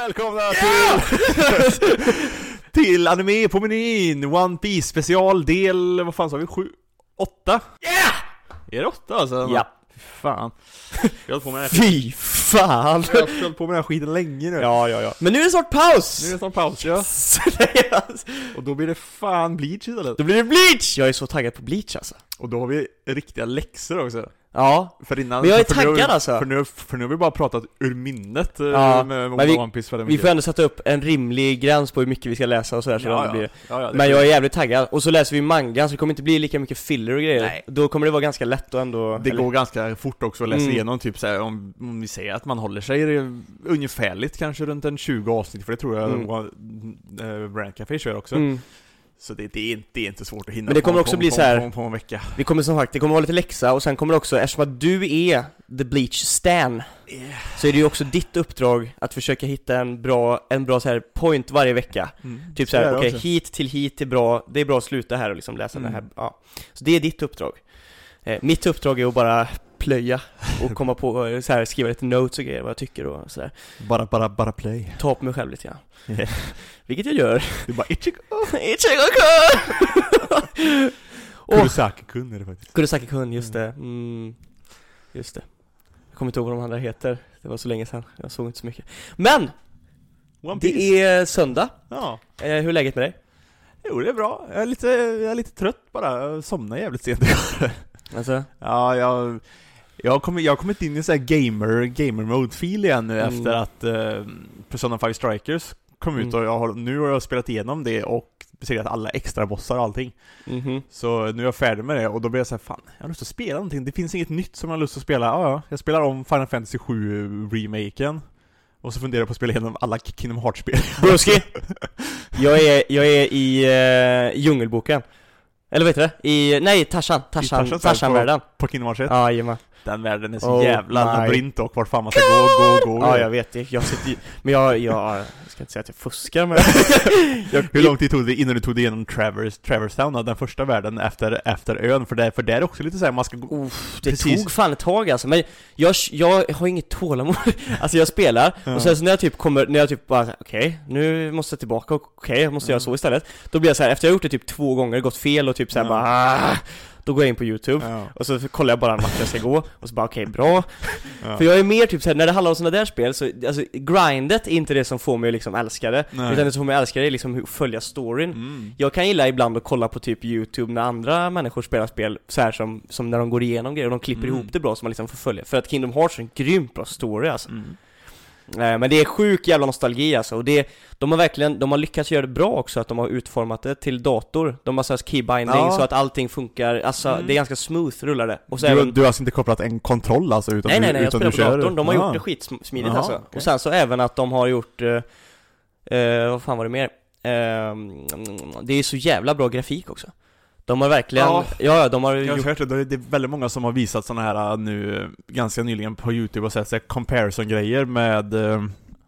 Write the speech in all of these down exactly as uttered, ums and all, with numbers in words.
Välkomna till till anime på menyn. One Piece special del, vad fan sa vi? Sju? Åtta? Yeah! Är det åtta alltså? Ja. Fan. Jag har på med Fy fan. Jag har hållit på med den här skiten länge nu. Ja, ja, ja. Men nu är det snart paus. Nu är det snart paus, ja. Och då blir det fan Bleach istället. Då blir det Bleach. Jag är så taggad på Bleach alltså. Och då har vi riktiga läxor också. Ja, för innan, men jag är för taggad nu, alltså. För nu, för nu har vi bara pratat ur minnet ja, med, med men vi, One Piece. vi får ändå sätta upp en rimlig gräns på hur mycket vi ska läsa och sådär så ja, det blir. Ja, ja, det men jag är jävligt taggad. Och så läser vi manga så det kommer inte bli lika mycket filler och grejer. Nej. Då kommer det vara ganska lätt och ändå. Det eller... går ganska fort också att läsa mm. igenom typ så här, om, om vi säger att man håller sig ungefärligt kanske runt en tjugo avsnitt, för det tror jag mm. äh, Brand Café kör också. Mm. Så det, det, är inte, det är inte svårt att hinna. Men det kommer på, också på, bli på, så här. På, på en vecka. Vi kommer som sagt, det kommer vara lite läxa. Och sen kommer det också, eftersom att du är The Bleach Stan, yeah. så är det ju också ditt uppdrag att försöka hitta en bra, en bra så här point varje vecka. mm. Typ så här, okej, okay, hit till hit är bra. Det är bra att sluta här och liksom läsa mm. det här. Ja. Så det är ditt uppdrag. eh, Mitt uppdrag är att bara plöja och komma på så här, skriva lite notes och grejer, vad jag tycker och så där. Bara, bara, bara play. Ta på mig själv lite, ja. yeah. Vilket jag gör. Du bara, Ichigo Ichigo-kun! Kurosaki-kun är det faktiskt. Kurosaki-kun, just det. Mm, just det. Jag kommer inte ihåg vad de andra heter. Det var så länge sedan, jag såg inte så mycket. Men! Det är söndag. Ja. eh, Hur är läget med dig? Jo, det är bra. Jag är lite, jag är lite trött bara. Jag somnar jävligt sent. Alltså? Ja, jag... Jag har kommit, jag har kommit in i så här gamer, gamer-mode-feel igen nu mm. efter att uh, Persona fem Strikers kom ut. Mm. Och jag har, nu har jag spelat igenom det och besegrat alla extra bossar och allting. Mm-hmm. Så nu är jag färdig med det och då blir jag så här, fan, jag har lust att spela någonting. Det finns inget nytt som jag har lust att spela. Ja, ja, jag spelar om Final Fantasy sju-remaken. Och så funderar jag på att spela igenom alla Kingdom Hearts-spel. Broski! jag, är, jag är i uh, djungelboken. Eller vet du det? I, nej, Tarzan, Tarzan, Tarzan-världen. På, på Kingdom Hearts ett? Ja, jajamän. Den världen är så oh jävla labyrint och vart fan man ska gå, gå, gå. Ja, jag vet det. Jag sitter, men jag, jag, jag ska inte säga att jag fuskar med jag, Hur lång tid tog det innan du tog dig igenom Travers, Travers Town, den första världen efter, efter ön? För det, för det är också lite så här, man ska gå... Uff, det precis. Tog fan ett tag alltså. Men jag, jag har inget tålamod. Alltså jag spelar ja. Och sen så när jag typ kommer, när jag typ bara, okej, okay, nu måste jag tillbaka och okej, okay, jag måste ja. göra så istället. Då blir jag så här, efter jag har gjort det typ två gånger, gått fel och typ så här ja. bara... Då går jag in på YouTube ja. och så kollar jag bara vart jag ska gå och så bara okej, okay, bra. Ja. För jag är mer typ så här, när det handlar om sådana där spel så alltså grindet är inte det som får mig att liksom älska det. Nej. Utan det som får mig att älska det är liksom hur följa storyn. Mm. Jag kan gilla ibland att kolla på typ YouTube när andra människor spelar spel så här som, som när de går igenom grejer och de klipper mm. ihop det bra så man liksom får följa. För att Kingdom Hearts är en grymt bra story alltså. Mm. Men det är sjuk jävla nostalgi alltså. Och det, de har verkligen, de har lyckats göra det bra också. Att de har utformat det till dator. De har så här keybinding ja. så att allting funkar. Alltså mm. det är ganska smooth rullar det. Och så du, även, du har alltså inte kopplat en kontroll alltså? Utan nej nej nej, utan jag spelar på kör... datorn. De har Aha. gjort det skitsmidigt Aha, alltså okay. Och sen så även att de har gjort uh, uh, vad fan var det mer? Uh, det är så jävla bra grafik också. De har verkligen ja, ja de har jag gjort... har hört det. Det är väldigt många som har visat såna här nu ganska nyligen på YouTube och sett så här comparison-grejer med uh,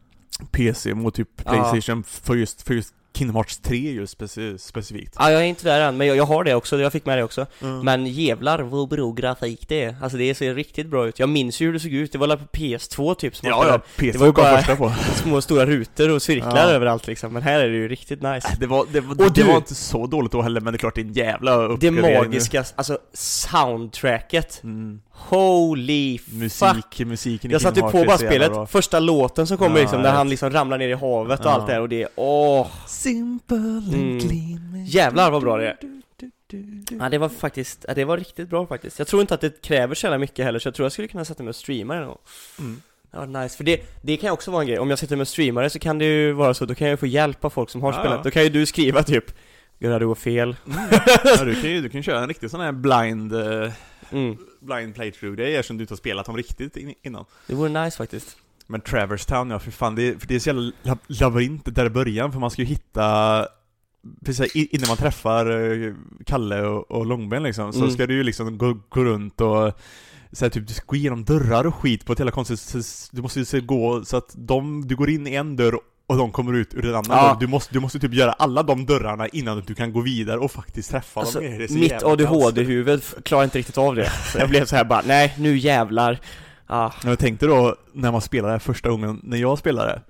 P C mot typ PlayStation ja. för just för just Kingdom Hearts tre just speci- specifikt. Ja, jag är inte där än, men jag, jag har det också, jag fick med det också. Mm. Men jävlar vad bra grafik det är. Alltså det ser riktigt bra ut. Jag minns ju hur det såg ut. Det var på P S två typ som ja, ja, P S två det var ju bara första på. små stora rutor och cirklar ja. överallt liksom. Men här är det ju riktigt nice. Det var, det, var, det du, var inte så dåligt då heller, men det är klart det är en jävla uppgradering. Det magiska, alltså soundtracket. Mm. Holy musik, fuck. musiken jag satt ju på bara spelet. Första låten som kommer ja, liksom, när han liksom ramlar ner i havet och ja. allt det och det är åh. Simple and clean. Mm. Jävlar vad bra det är. Ja, det var faktiskt, ja, det var riktigt bra faktiskt. Jag tror inte att det kräver så mycket heller, så jag tror jag skulle kunna sätta mig och streama det. Mm. Ja, nice. För det, det kan ju också vara en grej. Om jag sätter mig och streamar det så kan det ju vara så, då kan jag få hjälp av folk som har ja, spelat. Ja. Då kan ju du skriva typ, göra det går fel. Mm. Ja, du kan ju du kan köra en riktig sån här blind uh, mm. blind playthrough-grejer som du inte har spelat om riktigt innan. Det vore nice faktiskt. Men Travers Town, ja för fan, det är, för det är så jävla lab- labyrint där i början, för man ska ju hitta precis innan man träffar Kalle och, och Långben liksom, så mm. ska du ju liksom gå, gå runt och så här, typ, du ska gå igenom dörrar och skit på ett hela konstigt. Du måste ju se, gå så att de, du går in i en dörr och de kommer ut ur en annan ja. dörr. Du måste, du måste typ göra alla de dörrarna innan du kan gå vidare och faktiskt träffa alltså, dem. Det mitt A D H D-huvud klarar inte riktigt av det. Så jag blev så här bara, nej, nu jävlar. Ah. Jag tänkte då, när man spelar det första gången, när jag spelade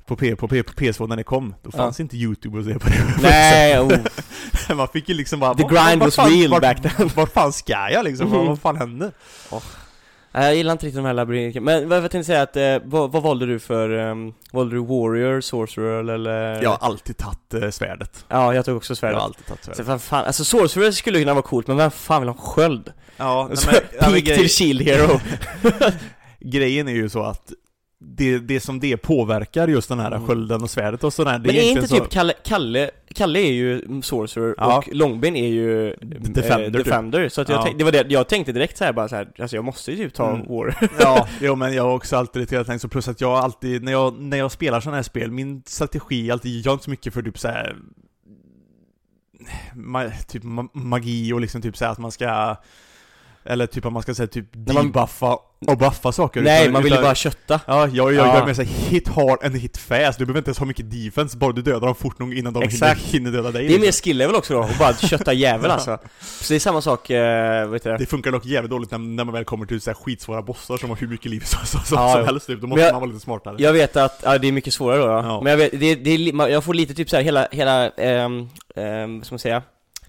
på, P, på, P, på P S två när det kom, då fanns ja. inte YouTube att se på det. Nej, oh. Man fick ju liksom bara, the grind was fan, real var, back then. Vad fan ska jag liksom? Mm. Vad, vad fan händer? Oh. Jag gillar inte riktigt de här labyrinterna. Men vad jag tänkte säga att, eh, vad, vad valde du för, um, valde du warrior, sorcerer eller? Jag har alltid tagit eh, svärdet. Ja, jag tog också svärdet. Jag har alltid tagit svärdet. Så fan, fan, alltså sorcerer skulle kunna vara coolt, men vem fan vill ha sköld? Ja, så, nej, men, peak ja, till shield hero. Grejen är ju så att det, det som det påverkar just den här mm. skölden och svärdet och sådär. Men är, är inte så... typ Kalle, Kalle Kalle är ju sorcerer ja. och Longben är ju defender, äh, defender typ. Så att jag, ja. tänk, det var det, jag tänkte direkt så här bara så här, alltså jag måste ju typ ta mm. war. Ja, jo, men jag har också alltid lite tänkt så, plus att jag alltid när jag när jag spelar sådana här spel, min strategi är alltid, jag gör inte så mycket för typ så här ma, typ ma, magi och liksom typ så här att man ska, eller typ att man ska säga typ debuffa och buffa saker. Nej, utan, man vill ju utan, bara kötta. Ja, jag, jag ja. gör med så här hit hard and hit fast. Du behöver inte ens ha mycket defense, bara du dödar dem fort nog innan de hinner, hinner döda dig. Det är mer skill level också då, och bara kötta jävel alltså. Så det är samma sak, äh, vet du det? Det funkar dock jävligt dåligt när, när man väl kommer till så här skitsvåra bossar som har hur mycket liv som, som, ja, som helst. Då måste jag, man vara lite smartare. Jag vet att ja, det är mycket svårare då, ja. Ja. Men jag vet, det, det är, jag får lite typ så här hela, hela ähm, ähm, vad ska man säga?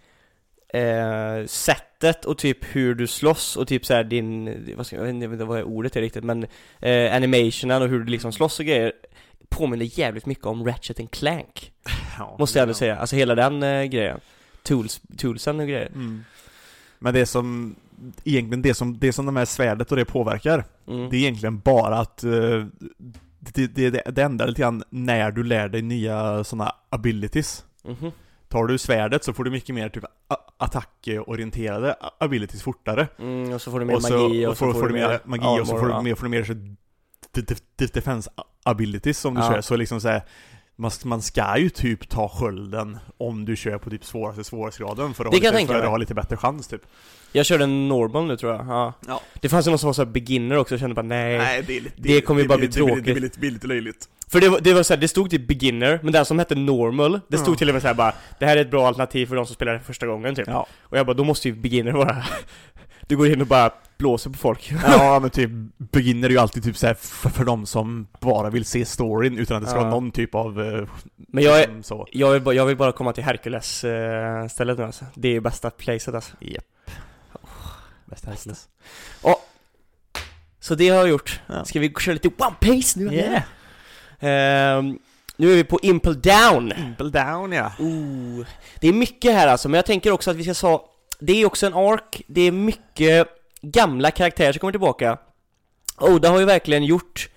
Eh, sättet och typ hur du slåss och typ så här din, vad ska jag vet inte vad är ordet är riktigt, men eh, animationen och hur du liksom slåss och grejer påminner jävligt mycket om Ratchet and Clank. Ja, måste jag ändå ja. säga. Alltså hela den eh, grejen. Tools, toolsen och grejer. Mm. Men det som egentligen det som det som de här svärdet och det påverkar, mm. det är egentligen bara att uh, det, det, det, det ändrar lite grann när du lär dig nya såna abilities. Mm-hmm. Tar du svärdet så får du mycket mer typ attackorienterade abilities fortare. Mm, och så får du mer och så, magi och, och så får, får du mer magi armor, och så får du mer, får du mer så defense abilities som du ja. kör. Så liksom så här, man, man ska ju typ ta skölden om du kör på typ svåraste svårighetsgraden för att, ha lite, för att ha lite bättre chans typ. Jag körde en normal nu tror jag. Ja. Ja. Det fanns ju någon som var så här beginner också, jag kände bara nej. nej det, är lite, det kommer ju bara bli det, tråkigt. Det blir lite, lite löjligt. För det var, det var så här, det stod typ beginner, men den som hette normal, det stod mm. till och med så här bara, det här är ett bra alternativ för de som spelar det första gången typ. Ja. Och jag bara, då måste ju beginner vara du går in och bara blåser på folk. Ja, men typ beginner är ju alltid typ så här för, för de som bara vill se storyn utan att det ska ja. vara någon typ av uh, men jag är, så. Jag vill, bara, jag vill bara komma till Hercules uh, stället nu alltså. Det är ju bästa placet alltså. Japp. Yep. Bästa Hercules. Och så det har jag gjort. Ja. Ska vi köra lite One Piece nu? Yeah. Um, nu är vi på Impel Down. Impel Down, ja. Oh, det är mycket här alltså, men jag tänker också att vi ska sa det är också en ark, det är mycket gamla karaktärer som kommer tillbaka. Oda har ju verkligen gjort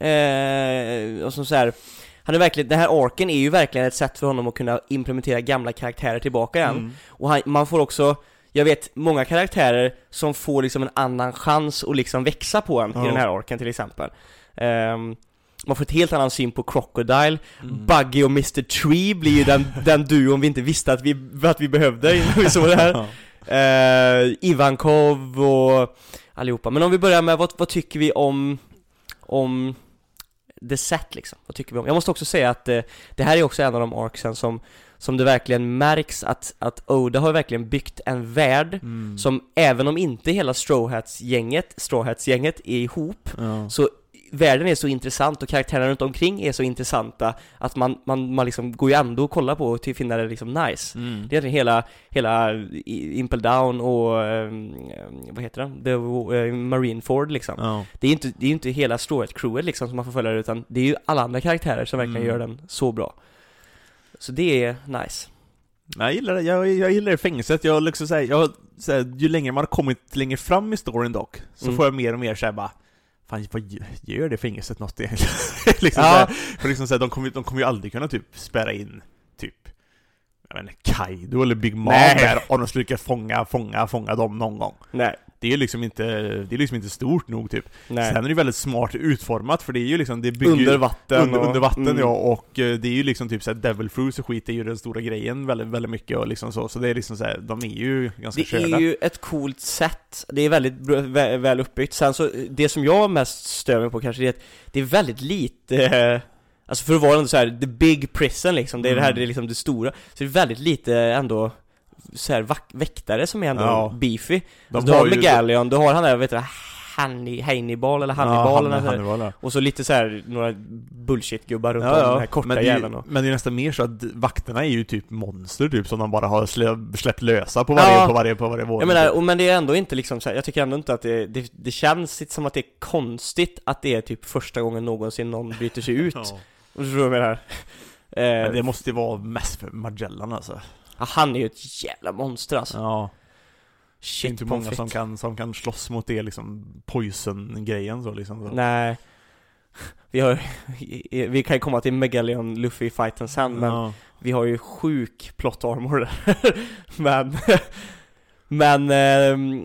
eh, och som så här, han är verkligen, den här arken är ju verkligen ett sätt för honom att kunna implementera gamla karaktärer tillbaka igen. Mm. Och han, man får också, jag vet många karaktärer som får liksom en annan chans att liksom växa på en oh. i den här arken till exempel. Um, man får ett helt annan syn på Crocodile. mm. Buggy och mister Tree blir ju den, den duon vi inte visste att vi, att vi behövde innan vi såg det här. uh, Ivankov och allihopa. Men om vi börjar med, vad, vad tycker vi om om The Set liksom? Vad tycker vi om? Jag måste också säga att uh, det här är också en av de arcsen som som det verkligen märks att, att Oda har verkligen byggt en värld mm. som, även om inte hela Straw Hats-gänget Straw Hats-gänget är ihop, ja. så världen är så intressant och karaktärerna runt omkring är så intressanta att man, man, man liksom går ju ändå och kollar på och till finna det liksom nice. Mm. Det är hela, hela Impel Down och um, vad heter det? The uh, Marineford liksom. Ja. Det är inte det är inte hela Straw Hat-crewet liksom som man får följa, utan det är ju alla andra karaktärer som verkligen mm. gör den så bra. Så det är nice. Jag gillar det, jag, jag gillar det fängelset. Jag liksom säga, jag säger, ju längre man har kommit längre fram i storyn dock, så mm. får jag mer och mer säga bara, fan, vad gör det fängelset något egentligen? liksom ja. så för liksom så här, de kommer de kommer ju aldrig kunna typ spärra in typ jag vet inte, Kaido eller Big Mom där, och de skulle fånga fånga fånga dem någon gång. Nej. Det är liksom inte det är liksom inte stort nog typ. Nej. Sen är det väldigt smart utformat, för det är ju liksom det bygger under vatten under, och, under vatten mm. ja, och det är ju liksom typ så här Devil Fruits och skit är ju den stora grejen väldigt väldigt mycket och liksom så så det är liksom så här, de är ju ganska det körda. Det är ju ett coolt sätt. Det är väldigt väl, väl uppbyggt. Sen så det som jag mest stör mig på kanske är att det är väldigt lite eh, alltså för att vara så här the big prison liksom, det är mm. det här det är liksom det stora. Så det är väldigt lite ändå så här vack- väktare som är ändå ja. beefy. Alltså, du har Megalion, du har han där, vet du, Hanni, Hannibal eller Hannibal, ja, eller Hannibal ja. Och så lite så här några bullshit-gubbar runt ja, om ja. den här korta men, jäveln. det, men det är nästan mer så att vakterna är ju typ monster typ som de bara har slä, släppt lösa på varje, ja. på varje, på varje våning. Jag menar, typ. och, men det är ändå inte liksom så här, jag tycker ändå inte att det, det, det känns som att det är konstigt att det är typ första gången någonsin någon bryter sig ut. ja. Och så tror jag med det här. Men Eh, det måste ju vara mest för Magellan alltså. ja, han är ju ett jävla monster alltså. Ja. Det är Shit, inte många pommes som frites. kan, som kan slåss mot det liksom poison-grejen så liksom. Så. Nej. Vi har vi kan ju komma till Megallion Luffy-fighten sen, men Ja. vi har ju sjuk plot armor där. men men ehm,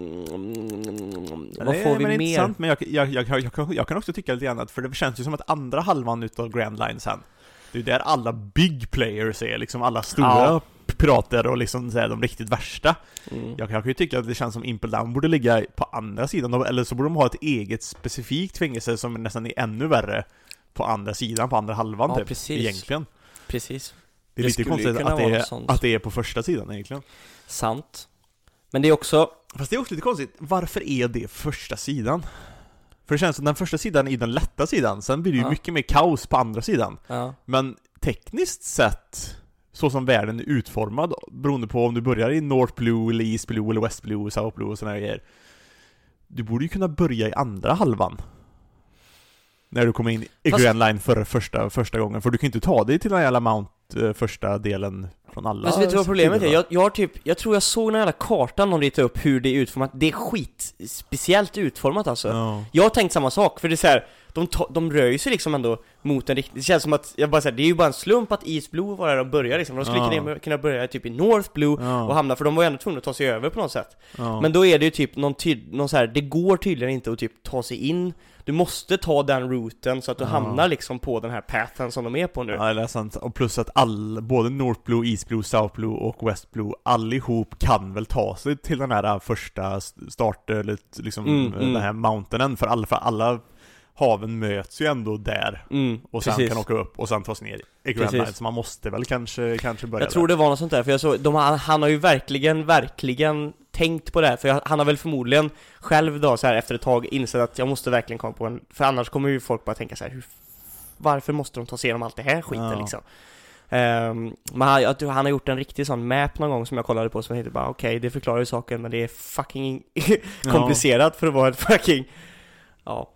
vad Nej, får vi men det är mer? intressant, men jag, jag, jag, jag, kan, jag kan också tycka lite grann att, för det känns ju som att andra halvan utav Grand Line sen, det är ju där alla big players är, liksom alla stora Ja. pirater och liksom så här, de riktigt värsta. Mm. Jag kan ju tycka att det känns som Impel Down borde ligga på andra sidan, eller så borde de ha ett eget specifikt fängelse som nästan är ännu värre på andra sidan, på andra halvan Ja, typ, precis. egentligen. Precis. Det är Det lite skulle konstigt ju kunna att det, vara är, något sånt. att det är på första sidan egentligen. Sant. Men det är också Fast det är också lite konstigt, varför är det första sidan? För det känns som den första sidan är den lätta sidan, sen blir det ju Ja. mycket mer kaos på andra sidan. ja. Men tekniskt sett, så som världen är utformad, beroende på om du börjar i North Blue, eller East Blue, eller West Blue, South Blue och såna här grejer, du borde ju kunna börja i andra halvan när du kommer in i Fast- Grand Line för första, första gången. För du kan ju inte ta dig till den jävla Mount eh, första delen från alla. Men vet du vad problemet är? sidorna. Jag, jag har typ, jag tror jag såg den här kartan de ritade upp hur det är utformat. Det är skit speciellt utformat alltså. Ja. Jag har tänkt samma sak, för det är så här, de, ta, de rör ju sig liksom ändå mot en riktig. Det känns som att, jag bara säger, det är ju bara en slump att East Blue var där de börjar liksom. De skulle Ja. kunna, kunna börja typ i North Blue Ja. och hamna, för de var ju ändå tvungna att ta sig över på något sätt. Ja. Men då är det ju typ någon, tyd, någon så här, det går tydligen inte att typ ta sig in. Du måste ta den routen så att du Ja. hamnar liksom på den här pathen som de är på nu. Ja, det är sant. Och plus att all, både North Blue, East Blue, South Blue och West Blue, allihop kan väl ta sig till den här första start, eller liksom Mm, mm. den här mountainen, för alla, för alla haven möts ju ändå där. Mm, Och sen precis. kan åka upp och sen ta sig ner i Grand Precis. Line, så man måste väl kanske, kanske börja Jag tror där. det var något sånt där, för jag såg, de, har- han har ju verkligen, verkligen tänkt på det här, för jag, han har väl förmodligen själv då så här efter ett tag insett att jag måste verkligen komma på en, för annars kommer ju folk bara tänka så här, hur, varför måste de ta sig igenom allt det här skiten Ja. liksom? Um, men han, jag tror han har gjort en riktig sån map någon gång som jag kollade på, som heter bara okej, okay, det förklarar ju saken, men det är fucking komplicerat för att vara ett fucking, ja.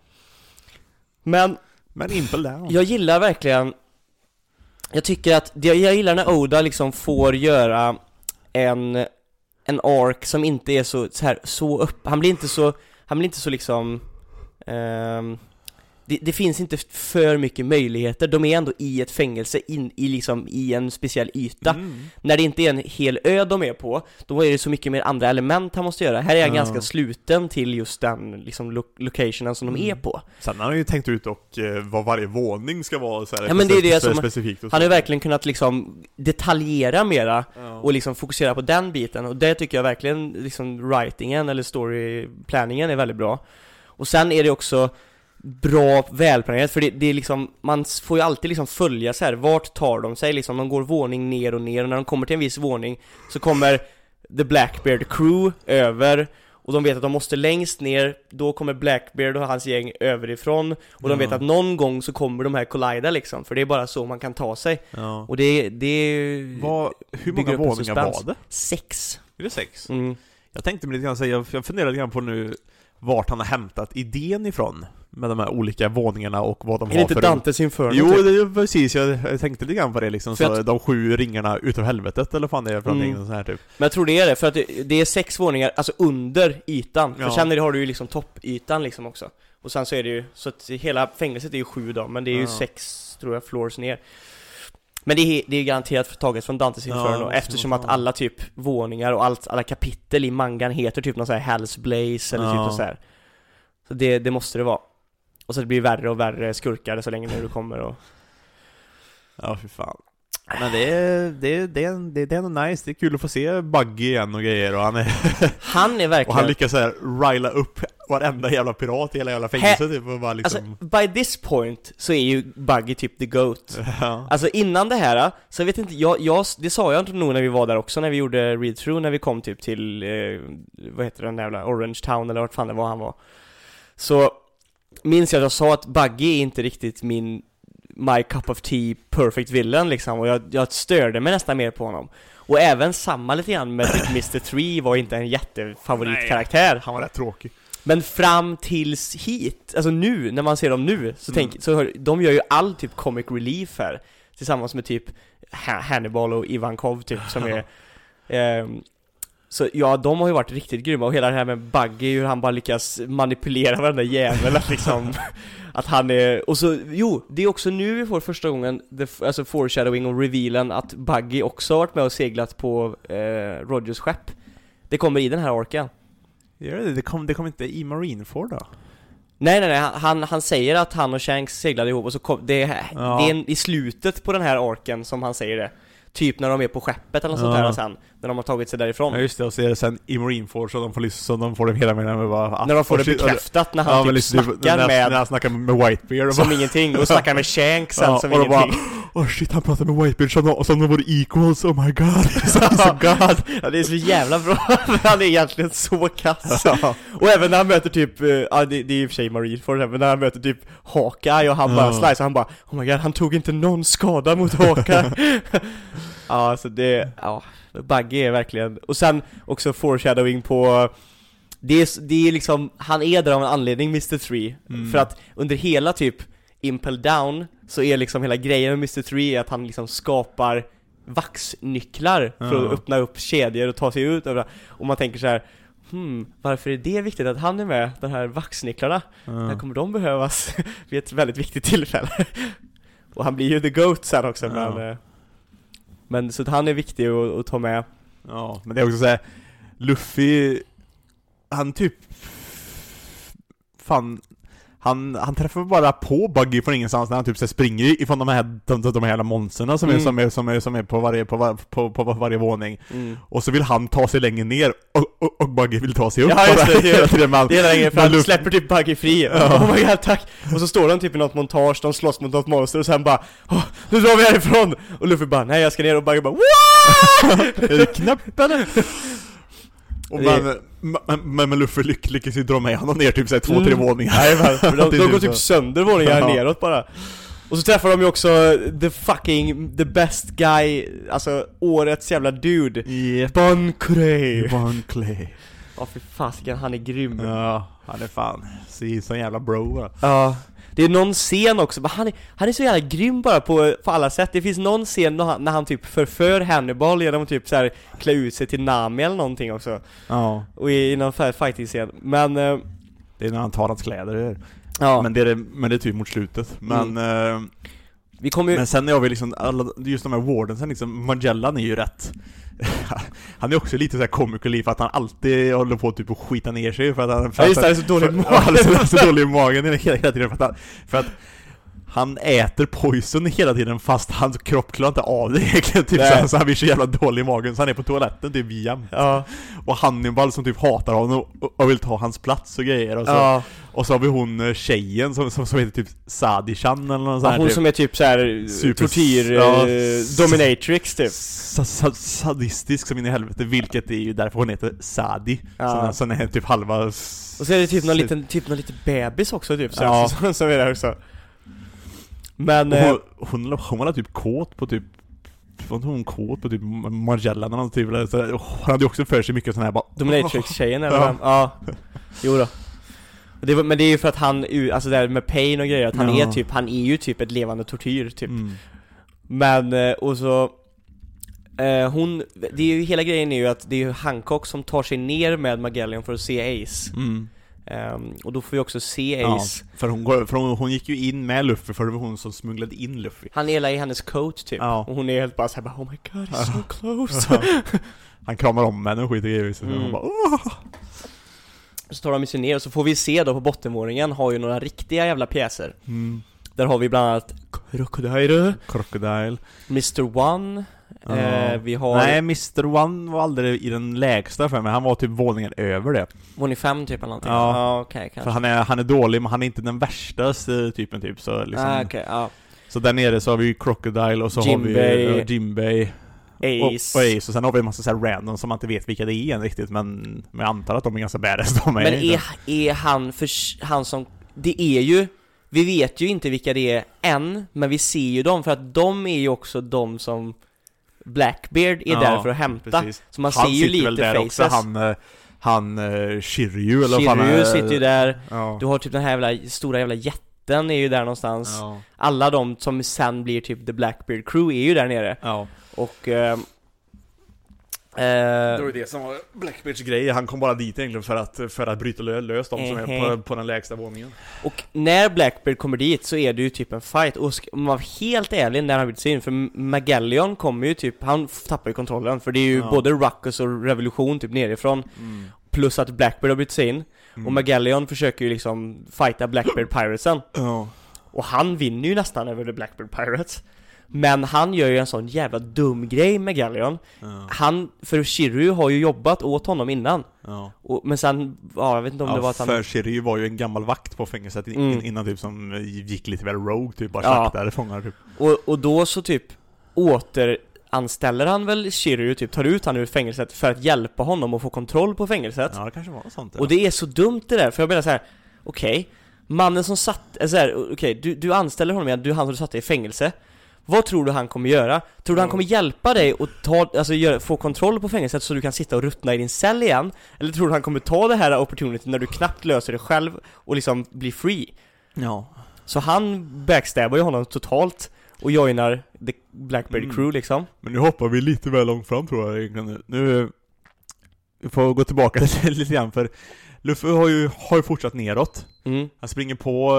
Men Men Impel Down. jag gillar verkligen, jag tycker att, jag, jag gillar när Oda liksom får göra en, en arc som inte är så, så här, så upp, han blir inte så, han blir inte så liksom, ehm, det, det finns inte för mycket möjligheter, de är ändå i ett fängelse, in, i liksom, i en speciell yta. Mm. När det inte är en hel ö de är på, då är det så mycket mer andra element han måste göra. Här är han Ja. ganska sluten till just den liksom, lo- locationen som de Mm. är på. Sen har han ju tänkt ut och eh, vad varje våning ska vara så här, Ja, men det är det som- specifikt och Han så. har ju verkligen kunnat liksom detaljera mera Ja. och liksom fokusera på den biten, och det tycker jag verkligen liksom writingen eller storyplanningen är väldigt bra. Och sen är det också bra välplanerat, för det, det är liksom, man får ju alltid liksom följa så här, vart tar de sig liksom, de går våning ner och ner, och när de kommer till en viss våning så kommer The Blackbeard Crew över, och de vet att de måste längst ner, då kommer Blackbeard och hans gäng överifrån, och de Ja. vet att någon gång så kommer de här collida liksom, för det är bara så man kan ta sig. Ja. Och det, det Vad, hur bygger många upp en våningar suspens. var det? Sex. Är det sex? Mm. Jag tänkte mig lite grann säga, jag funderar lite grann på nu vart han har hämtat idén ifrån med de här olika våningarna och vad de Är har det inte för... Dantes Inferno? Jo, typ? det är precis, jag, jag tänkte lite grann på det liksom, För så att- de sju ringarna utav helvetet, eller vad fan det är för Mm. någonting sån här typ. Men jag tror det är det, för att det, det är sex våningar, alltså under ytan. Ja. För sen är det, har du ju liksom toppytan liksom också. Och sen så är det ju, så att hela fängelset är ju sju då, men det är ju Ja. sex, tror jag, floors ner. Men det är, det är garanterat taget från Dantes Inferno, Ja, eftersom så att fan. alla typ våningar och allt, alla kapitel i mangan heter typ någon sån här Hell's Blaze eller Ja. typ något så här. Så det, det måste det vara. Och så det blir värre och värre skurkar så länge när du kommer och... Ja, fy fan. Men det är, det är, det är, det är, det är ändå nice, det är kul att få se Buggy igen och grejer, och han är... Han är Och verkligen... han lyckas så här rila upp varenda jävla pirat i hela jävla fängelset typ, och bara liksom... Alltså, by this point så är ju Buggy typ the GOAT. ja. Alltså innan det här, så jag vet inte, jag, jag, det sa jag nog när vi var där också, när vi gjorde read-through, när vi kom typ till, eh, vad heter den jävla, Orange Town eller vart fan det var han var. så minns jag att jag sa att Buggy är inte riktigt min my cup of tea perfect villain liksom, och jag, jag störde mig nästan mer på honom. Och även samma lite grann med typ mister Three var inte en jättefavoritkaraktär. Nej, han var rätt tråkig. Men fram tills hit, alltså nu, när man ser dem nu, så, mm. tänk, så hör, de gör ju all typ comic relief här, tillsammans med typ ha- Hannibal och Ivankov typ, som är eh, så ja, de har ju varit riktigt grymma. Och hela det här med Buggy, hur han bara lyckas manipulera varenda jävel att liksom att han är, och så, jo, det är också nu vi får första gången the, alltså foreshadowing och revealen att Buggy också har varit med och seglat på eh, Rogers skepp. Det kommer i den här orken. Gör det? Det kom, det kom inte i Marineford då? Nej, nej, nej, han, han säger att han och Shanks seglade ihop, och så kom, det, ja. det är en, i slutet på den här orken som han säger det. Typ när de är på skeppet eller något ja. sånt där sen, när de har tagit sig därifrån. Ja just det, och så är det sen i Marineford så de får lyssna, så de får det hela med när bara, när de får det bekräftat när han ja, typ liksom, snackar när, med när han snackar med Whitebeard och som bara, ingenting, och snackar med Shanks sen ja, som och ingenting. Åh oh shit, han pratar med Whitebeard som de, som de vore equals, oh my god. Oh god. Ja, det är så jävla bra. Han är egentligen så kass. Ja. Och även när han möter typ, ja det, det är i och för sig Marineford, men när han möter typ Hawkeye och han bara ja. slice, han bara, oh my god, han tog inte någon skada mot Hawkeye. Ja, så det, ja, Buggy är verkligen, och sen också foreshadowing på, det är, det är liksom, han är där av en anledning, mister Three, mm. för att under hela typ Impel Down så är liksom hela grejen med mister Three att han liksom skapar vaxnycklar för ja. att öppna upp kedjor och ta sig ut över, och man tänker så här, hmm, varför är det viktigt att han är med, de här vaxnycklarna? Ja. När kommer de behövas vid ett väldigt viktigt tillfälle? Och han blir ju the goat sen också, ja. men Men så att han är viktig att, att ta med. Ja, men det är också så här, Luffy, han typ fan han, han träffar bara på Buggy från ingenstans när han typ så springer ifrån de här de, de här jävla monsterna som, mm. är, som, är, som, är, som är på varje, på, var, på, på varje våning. Mm. Och så vill han ta sig längre ner och, och, och Buggy vill ta sig upp. Ja, just det, det, det, man, det är längre, för han Luffy släpper typ Buggy fri. Ja. Oh my god, tack. Och så står de typ i något montage, de slåss mot något monster och sen bara, oh, nu drar vi härifrån. Och Luffy bara, nej jag ska ner, och Buggy bara, är det knappen? Och man, men, men, men Luffy lyck, lyckas ju dra med honom ner typ såhär två, mm. tre våningar. Nej, men, de, de går typ sönder våningar ja. neråt bara. Och så träffar de ju också the fucking, the best guy, alltså årets jävla dude. Yep. Bon Clay. Bon Clay. Ja, för fasiken, han är grym. Ja, han är fan, se sån jävla bro va? Ja. Det är någon scen också, han är, han är så jävla grym bara på, på alla sätt. Det finns någon scen när han, när han typ förför Hannibal genom att typ så här klä ut sig till Nami eller någonting också. Ja. Och i, i någon fighting-scen. Men uh, det är när han tar hans kläder. Ja. Men det är, men det är typ mot slutet. Men mm. uh, vi kommer ju... men sen är vi liksom alla, just de här wardensen liksom, Magellan är ju rätt. Han är också lite så här comical för att han alltid håller på typ att skita ner sig för att han för ja, just det, att, är så dålig i magen. Han är så, så dålig i magen hela, hela tiden för att, han, för att han äter poison hela tiden fast hans kropp klarar inte av det egentligen typ, så, så han blir så jävla dålig i magen så han är på toaletten typ jämt. Ja. Och Hannibal som typ hatar honom och, och vill ta hans plats och grejer och så. Ja. Och så har vi hon tjejen som, som, som heter typ Sadi-chan eller något sånt. Ja, hon typ. Som är typ så här super, tortyr ja, eh, dominatrix typ. Sadistisk som in i helvete, vilket är ju därför hon heter Sadi. Ja. Så är typ halva. Och så är det typ någon liten typ någon liten bebis också typ så ja. som, som är där också. Men hon, hon, hon var typ kåt på typ var hon kåt på typ Magellan eller något typ. Hon hade ju också för sig mycket sån här bara dominatrix-tjejen eller ja. ja. Jo då. Det var, men det är ju för att han, alltså det här med pain och grejer, att han ja. är typ, han är ju typ ett levande tortyr typ. Mm. Men, och så eh, hon, det är ju, hela grejen är ju att det är ju Hancock som tar sig ner med Magellan för att se Ace. Mm. Um, och då får vi också se Ace. Ja, för hon, går, för hon, hon gick ju in med Luffy, för det var hon som smugglade in Luffy. Han är i hennes coat typ. Ja. Och hon är helt bara så här, oh my god, he's so close. Ja. Han kramar om henne och skiter i så mm. hon bara, åh! Så tar de sig ner och så får vi se då på bottenvåningen har ju några riktiga jävla pjäser. Mm. Där har vi bland annat Crocodile, Crocodile, mister One. Ja. Eh, vi har... Nej, mister One var aldrig i den lägsta för mig. Han var typ våningen över det. Våning fem typ eller någonting. Ja, ja okej, okay, för han är, han är dålig, men han är inte den värsta typen typ. Så, liksom... ah, okay, ja. Så där nere så har vi Crocodile och så Jimbei. har vi uh, Jimbei. Ace. Och, och Ace, och sen har vi en massa så här random som man inte vet vilka det är än riktigt, men, men jag antar att de är ganska badass de är. Men är, är han för han som, det är ju, vi vet ju inte vilka det är än, men vi ser ju dem, för att de är ju också de som Blackbeard är ja, där för att hämta. Precis. Så man han ser ju lite väl där faces. Också, han, han uh, Shiryu eller Shiryu vad fan är, sitter ju där. Ja. Du har typ den här jävla, stora jävla jätten är ju där någonstans. Ja. Alla de som sen blir typ The Blackbeard Crew är ju där nere. Ja. Och uh, det var ju det som var Blackbeards grej. Han kom bara dit egentligen för att, för att bryta lös de som är på, på den lägsta våningen. Och när Blackbeard kommer dit så är det ju typ en fight. Och om man var helt ärlig när han bryter sig in, för Magellan kommer ju typ, han tappar ju kontrollen, för det är ju ja. både Ruckus och Revolution typ nerifrån. Mm. Plus att Blackbeard har brytt sig in. Mm. Och Magellan försöker ju liksom fighta Blackbeard Piratesen. Ja. Och han vinner ju nästan över The Blackbeard Pirates. Men han gör ju en sån jävla dum grej med Galleon. Ja. Han, för Shiryu har ju jobbat åt honom innan. Ja. Och, men sen, ja, jag vet inte om ja, det var att han... för Shiryu var ju en gammal vakt på fängelset in, mm. innan typ som gick lite väl rogue typ, bara slaktade ja. fångar typ. Och, och då så typ återanställer han väl Shiryu, typ tar ut han ur fängelset för att hjälpa honom att få kontroll på fängelset. Ja, det kanske var något sånt. Och det är så dumt det där, för jag menar så här: okej, okay, mannen som satt, så här, okej, okay, du, du anställer honom igen, du han som du satte i fängelse. Vad tror du han kommer göra? Tror du han kommer hjälpa dig och ta, alltså, göra, få kontroll på fängelset så du kan sitta och ruttna i din cell igen? Eller tror du han kommer ta det här opportunity när du knappt löser det själv och liksom bli free? Ja. Så han backstabbar ju honom totalt och joinar The Blackbeard mm. Crew liksom. Men nu hoppar vi lite väl långt fram tror jag egentligen. Nu vi får gå tillbaka lite, lite grann, för Luffy har ju, har ju fortsatt neråt. Mm. Han springer på...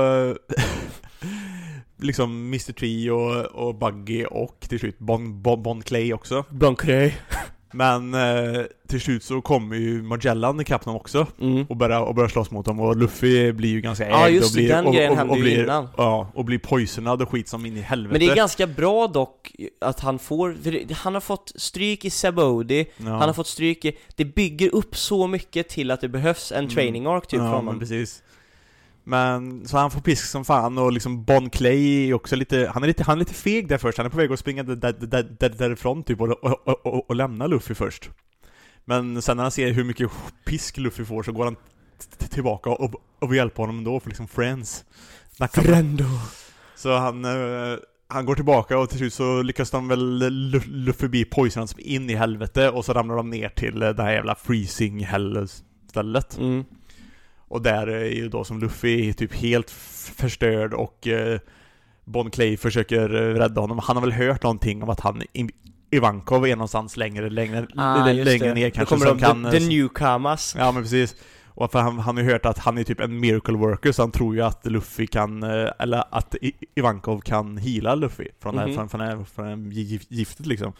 liksom mister Tree och, och Buggy och till slut Bon, bon, bon Clay också. Bon Clay. Men eh, till slut så kommer ju Magellan i kappen också mm. och börjar och börjar slåss mot dem, och Luffy blir ju ganska ägd ja, just och blir den och, grejen och, hände och ju blir innan. Ja, och blir poisonad och skit som in i helvete. Men det är ganska bra dock att han får, för han har fått stryk i Sabaody, ja. han har fått stryk i, det bygger upp så mycket till att det behövs en mm. training arc typ ja, från honom. Precis. Men så han får pisk som fan, och liksom Bon Clay är också lite, han är lite han är lite feg där först. Han är på väg att springa där, där, där, där, därifrån typ och, och, och, och, och lämna Luffy först. Men sen när han ser hur mycket pisk Luffy får så går han t- tillbaka och, och vill hjälpa honom då, för liksom friends. Friendo. Så han uh, han går tillbaka och till slut så lyckas de väl Luffy bli poisonad som in i helvete, och så ramlar de ner till det här jävla freezing hell stället. Mm. Och där är ju då som Luffy är typ helt förstörd, och eh, Bon Clay försöker rädda honom. Han har väl hört någonting om att han i, Ivankov är någonstans längre längre, ah, längre ner kanske, som de, kan... The, the newcomers. Ja, men precis. Och för han, han har ju hört att han är typ en miracle worker, så han tror ju att Luffy kan, eller att Ivankov kan heala Luffy från, mm-hmm. från, från, från, från giftet liksom.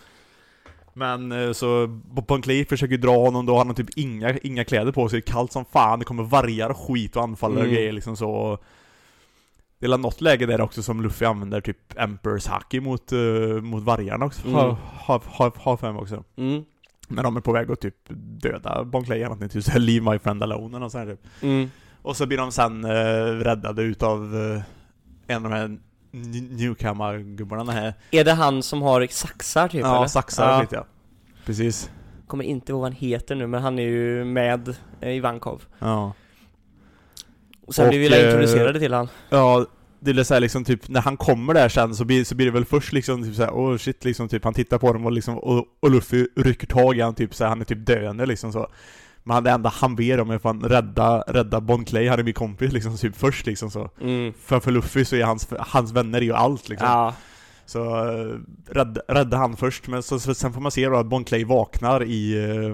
Men så Bon Clay försöker dra honom då, han har typ inga, inga kläder på sig, kallt som fan, det kommer vargar och skit och anfaller mm. och grejer liksom så. Det är något läge där också som Luffy använder typ Emperor's Haki mot, uh, mot vargarna också, mm. har ha, ha, ha fem också. Mm. Men de är på väg att typ döda Bon Clay, annat typ leave my friend alone och så här typ. Mm. Och så blir de sen uh, räddade utav uh, en av de här Newcomer-gubbarna här. Är det han som har saxar typ? Ja, eller? saxar ja. lite, ja. Precis. Kommer inte ihåg vad han heter nu, men han är ju med i Ivankov. Ja. Och sen och, blir vi väl introducerade till han. Ja, det är så här liksom typ när han kommer där sen så blir så blir det väl först liksom typ så här, oh shit liksom typ han tittar på dem och liksom och, och Luffy rycker tag i han typ så här, han är typ döende liksom så. Men det enda han ber om är att han rädda, rädda Bon Clay, han är min kompis liksom typ först liksom så. Mm. För för Luffy så är hans, hans vänner är ju allt liksom. Ja. Så rädda, rädda han först, men så, så, sen får man se då att Bon Clay vaknar i uh,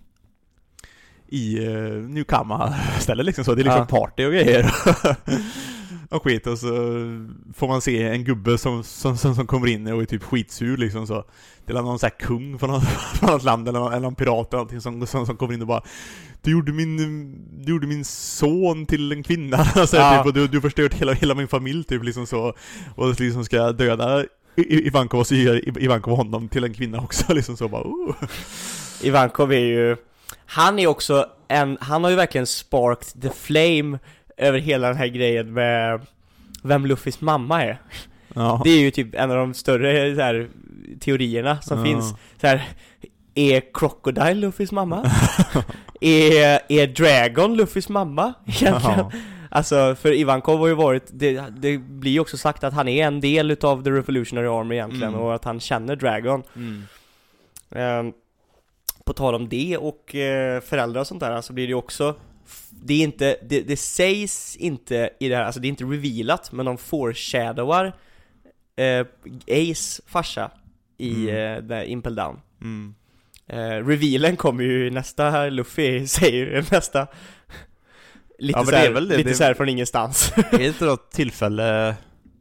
i uh, Newkama stället liksom så. Det är liksom ja. party och grejer. Och skit, och så får man se en gubbe som, som, som, som kommer in och är typ skitsur liksom så. Det är någon sån här kung från något, från något land eller någon, eller någon pirat eller någonting som, som, som kommer in och bara du gjorde min, du gjorde min son till en kvinna så här, ja. typ, och du, du förstört hela, hela min familj typ liksom så, och liksom ska döda Ivankov, och så gör Ivankov honom till en kvinna också liksom så bara oh. Ivankov är ju, han är också en, han har ju verkligen sparked the flame över hela den här grejen med vem Luffys mamma är. Ja. Det är ju typ en av de större så här, teorierna som Ja. finns. Så här, är Crocodile Luffys mamma? är, är Dragon Luffys mamma? Egentligen. Ja. Alltså, för Ivankov har ju varit, det, det blir ju också sagt att han är en del utav The Revolutionary Army egentligen, Mm. och att han känner Dragon. Mm. Um, på tal om det och uh, föräldrar och sånt där, så blir det ju också, det är inte, det, det sägs inte i det här, alltså det är inte revealat, men de foreshadowar uh, Ace farsa i Mm. uh, The Impel Down. Mm. Uh, revealen kommer ju i nästa, Luffy säger nästa lite, Ja, men så det här, är väl det, lite det- så här från ingenstans. Är det inte något tillfälle...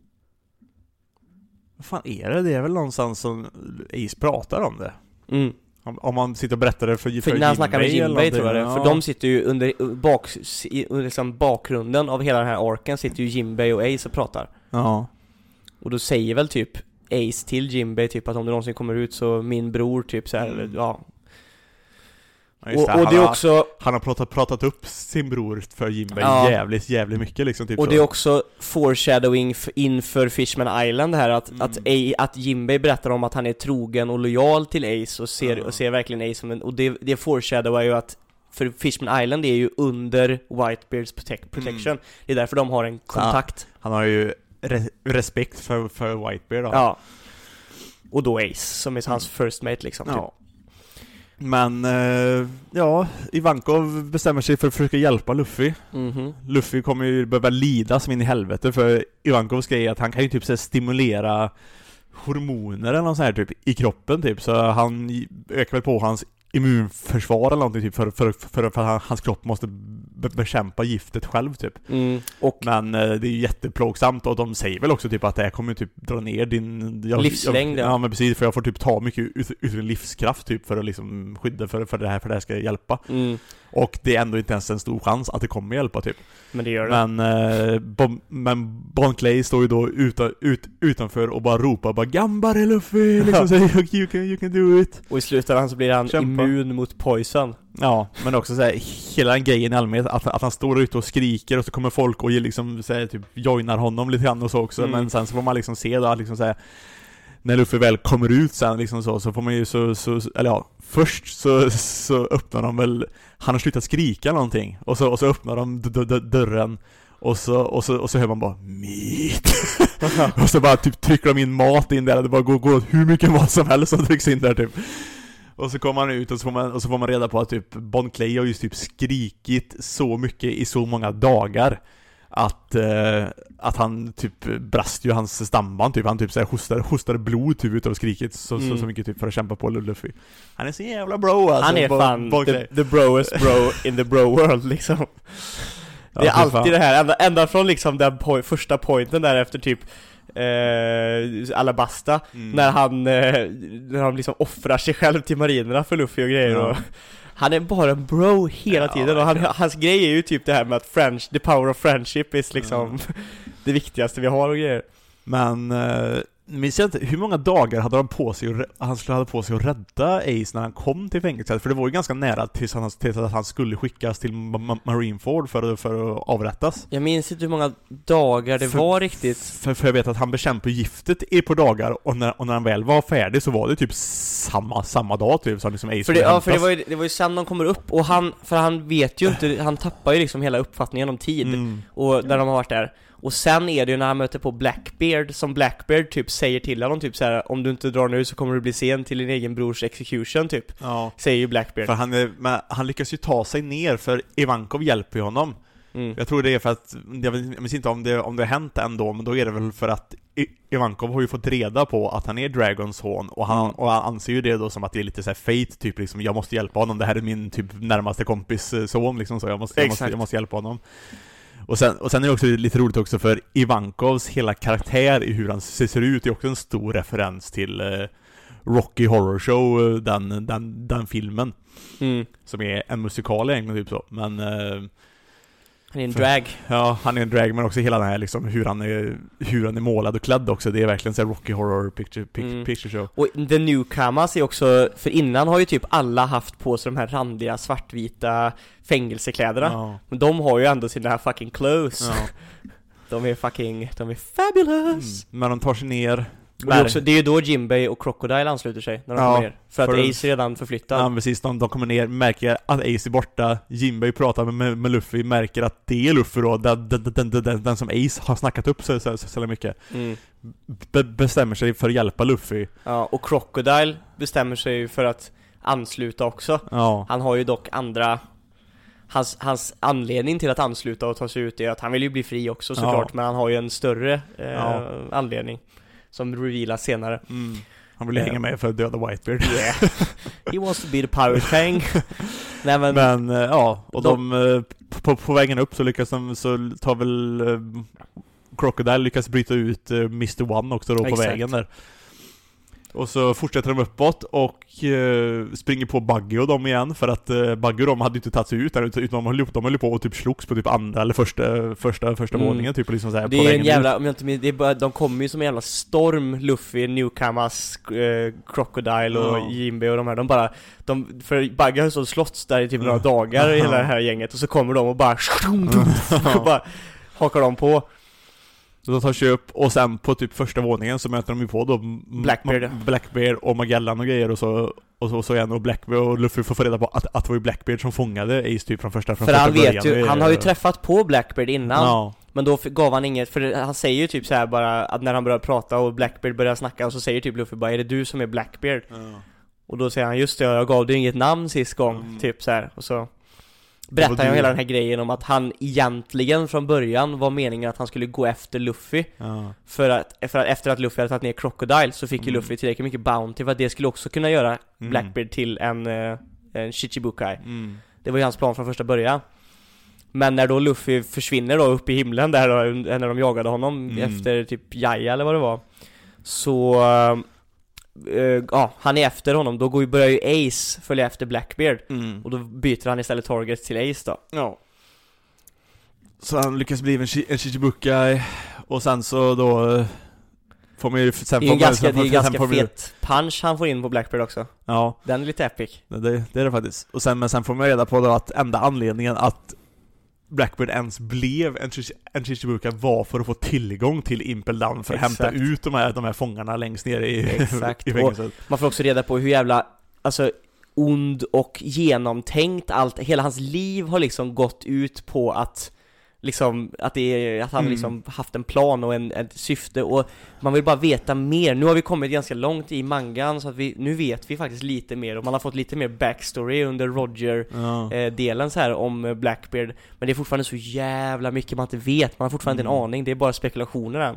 Vad fan är det? Det är väl någonstans som Ace pratar om det. Mm. Om, om man sitter och berättar det för, för, För när han snackar med eller Jinbei någonting. tror jag det, Ja. för de sitter ju under bak, i under liksom bakgrunden av hela den här arken sitter ju Jinbei och Ace och pratar. Ja. Och då säger väl typ Ace till Jinbei typ att om det någonsin kommer ut så min bror typ så här, Mm. eller, ja. Ja, just Och, och han det är har- också Han har pratat, pratat upp sin bror för Jinbei Ja. jävligt, jävligt mycket liksom typ och så. det är också foreshadowing f- inför Fishman Island här att, Mm. att, A- att Jinbei berättar om att han är trogen och lojal till Ace och ser, Ja. och ser verkligen Ace som en, och det, det foreshadowar ju att för Fishman Island är ju under Whitebeards protect, protection. Mm. Det är därför de har en kontakt. Han har ju re- respekt för, för Whitebeard då. Ja. Och då Ace, som är hans first mate liksom. Typ. Ja. Men, eh, ja, Ivankov bestämmer sig för att försöka hjälpa Luffy. Mhm. Luffy kommer ju behöva lida som in i helvete, för Ivankovs grej är att han kan ju typ så här stimulera hormoner eller något sånt här typ i kroppen typ, så han ökar väl på hans immunförsvar eller någonting typ för, för, för, för att hans kropp måste be- bekämpa giftet själv typ. Mm. Och Men eh, det är ju jätteplågsamt, och de säger väl också typ att det här kommer typ dra ner din jag, Livslängd, jag, ja. ja men precis, för jag får typ ta mycket ut, ut din livskraft typ för att liksom skydda för, för det här, för det här ska hjälpa. mm. Och det är ändå inte ens en stor chans att det kommer hjälpa typ. Men det gör det. Men, eh, bon, men Bon Clay står ju då utan, ut, utanför och bara ropar bara Gambare Luffy, liksom säger you can, you can do it. Och i slutändan så blir han Kämpa. immun mot poison. Ja, men också såhär, hela den grejen i allmänhet, att, att han står ute och skriker och så kommer folk och liksom såhär, typ joinar honom lite grann och så också, Mm. men sen så får man liksom se då, liksom såhär, när Luffy väl kommer ut sen liksom så, så får man ju så, så eller ja, först så, så öppnar de väl, han har slutat skrika någonting, och så, och så öppnar de d- d- d- dörren, och så, och så, och så hör man bara meat. Och så bara typ trycker de in mat in där, det bara går, går åt hur mycket mat som helst som trycks in där typ. Och så kommer man ut och så får man, och så får man reda på att typ Bon Clay har just typ skrikit så mycket i så många dagar att, eh, att han typ brast ju hans stamband typ, han typ såhär hostade, hostade blod typ utav skriket så, Mm. så, så mycket typ för att kämpa på Luffy. Han är så jävla bro alltså. Han är Bon- fan Bon the, Clay. the broest bro in the bro world liksom. Det är Ja, fy alltid fan. det här, ända, ända från liksom den po- första pointen där efter typ eh, Alabasta, Mm. när han eh, när han liksom offrar sig själv till marinerna för Luffy och grejer. Ja. Och han är bara en bro hela Ja, tiden, och han, verkligen. hans grej är ju typ det här med att French, the power of friendship is liksom det viktigaste vi har och grejer. Men eh, minns jag inte, hur många dagar hade han på sig att, rä- han skulle ha på sig att rädda Ace när han kom till fängelset? För det var ju ganska nära tills, han, tills att han skulle skickas till Ma- Ma- Marineford för, för att avrättas. Jag minns inte hur många dagar det För- var riktigt. För, för jag vet att han bekämpade giftet i på dagar, och när, och när han väl var färdig så var det typ samma, samma dag typ som liksom Ace För det, skulle ja, för det hämtas. var, ju, det var ju sen de kommer upp, och han, för han vet ju inte, han tappar ju liksom hela uppfattningen om tid, Mm. och när de har varit där. Och sen är det ju när han möter på Blackbeard, som Blackbeard typ säger till honom typ så här: om du inte drar nu så kommer du bli sen till din egen brors execution typ. Ja. Säger ju Blackbeard. För han, är, men han lyckas ju ta sig ner, för Ivankov hjälper ju honom. Mm. Jag tror det är för att, jag vet- jag minns inte om det, om det har hänt ändå, men då är det väl för att I- Ivankov har ju fått reda på att han är Dragons son, och han, Mm. och han anser ju det då som att det är lite så här fate typ liksom, jag måste hjälpa honom, det här är min typ närmaste kompis eh, son liksom, så jag måste, jag måste, Exakt. jag måste hjälpa honom. Och sen, och sen är det också lite roligt också, för Ivankovs hela karaktär i hur han ser ut är också en stor referens till eh, Rocky Horror Show, eh, den, den, den filmen, Mm. som är en musikal egentligen typ så, men eh, Han är en För- drag. ja, han är en drag, men också hela den här liksom, hur han är, hur han är målad och klädd också, det är verkligen så här Rocky Horror Picture, pic, Mm. picture Show. Och The Newcomers är också, för innan har ju typ alla haft på sig de här randiga svartvita fängelsekläderna. Ja. Men de har ju ändå sina här fucking clothes. Ja. De är fucking, de är fabulous. Mm. Men de tar sig ner. Och det, är också, det är ju då Jinbei och Crocodile ansluter sig när de ja, kommer ner. För att för Ace är redan förflyttad. Ja, precis. De, de kommer ner, märker att Ace är borta. Jinbei pratar med, med Luffy, märker att det är Luffy då, den, den, den, den, den, den som Ace har snackat upp så, så, så, så mycket. Mm. Be, bestämmer sig för att hjälpa Luffy. Ja, och Crocodile bestämmer sig för att ansluta också. Ja. Han har ju dock andra... Hans, hans anledning till att ansluta och ta sig ut är att han vill ju bli fri också såklart. Ja. Men han har ju en större eh, ja. anledning som revealas senare. Mm. Han vill uh, hänga med för att döda Whitebeard. Yeah. He wants to be the pirate Fang. Nej, men, men uh, ja, och de, de på, på vägen upp så lyckas de, så tar väl uh, Crocodile lyckas bryta ut uh, mister One också då på exakt. Vägen där. Och så fortsätter de uppåt och uh, springer på Buggy och dem igen för att uh, Buggy och de hade inte tagit sig ut där, utan de höll, de höll på och typ slogs på typ andra eller första första första mm. våningen typ liksom så här, det på är vägen en jävla om jag inte, det är bara, de kommer ju som en jävla storm, Luffy, Newcomers, uh, Crocodile och ja. Jinbei och de här, de bara de, för Buggy har så slåss där i typ några dagar i hela det här gänget och så kommer de och bara och bara hakar de på. Så de tar sig upp och sen på typ första våningen så möter de ju på då Blackbeard, Blackbeard och Magellan och grejer och så och så, och så igen och Blackbeard och Luffy får få reda på att, att det var ju Blackbeard som fångade Ace typ från första från för första han början. vet ju, han har ju träffat på Blackbeard innan. Ja. Men då gav han inget, för han säger ju typ så här bara att när han börjar prata och Blackbeard börjar snacka och så säger typ Luffy bara, är det du som är Blackbeard? Ja. Och då säger han, just det, jag gav dig inget namn sist gång, mm. typ så här. Och så berättar jag hela den här grejen om att han egentligen från början var meningen att han skulle gå efter Luffy. Ja. För, att, för att efter att Luffy hade tagit ner Crocodile så fick mm. ju Luffy tillräckligt mycket bounty för att det skulle också kunna göra mm. Blackbeard till en, en Shichibukai. Mm. Det var ju hans plan från första början. Men när då Luffy försvinner då upp i himlen där då, när de jagade honom mm. efter typ Jaya eller vad det var, så Uh, ja, han är efter honom. Då går ju, börjar ju Ace följa efter Blackbeard mm. och då byter han istället target till Ace då. Ja. Så han lyckas bli en, en Shichibukai och sen så då uh, får man ju sen det är ju ganska, det är ganska fet punch han får in på Blackbeard också. Ja. Den är lite epic. Det, det, det är det faktiskt. Och sen, men sen får man reda på då att enda anledningen att Blackbeard ens blev en, en Shichibukai var för att få tillgång till Impel Down för att Exakt. hämta ut de här, de här fångarna längst ner i, Exakt. i fängelset. Och man får också reda på hur jävla alltså, ond och genomtänkt allt, hela hans liv har liksom gått ut på att liksom att det är, att han mm. liksom haft en plan och en, ett syfte och man vill bara veta mer. Nu har vi kommit ganska långt i mangan så att vi nu vet vi faktiskt lite mer och man har fått lite mer backstory under Roger ja. eh, delen så här om Blackbeard, men det är fortfarande så jävla mycket man inte vet. Man har fortfarande mm. inte en aning. Det är bara spekulationer än.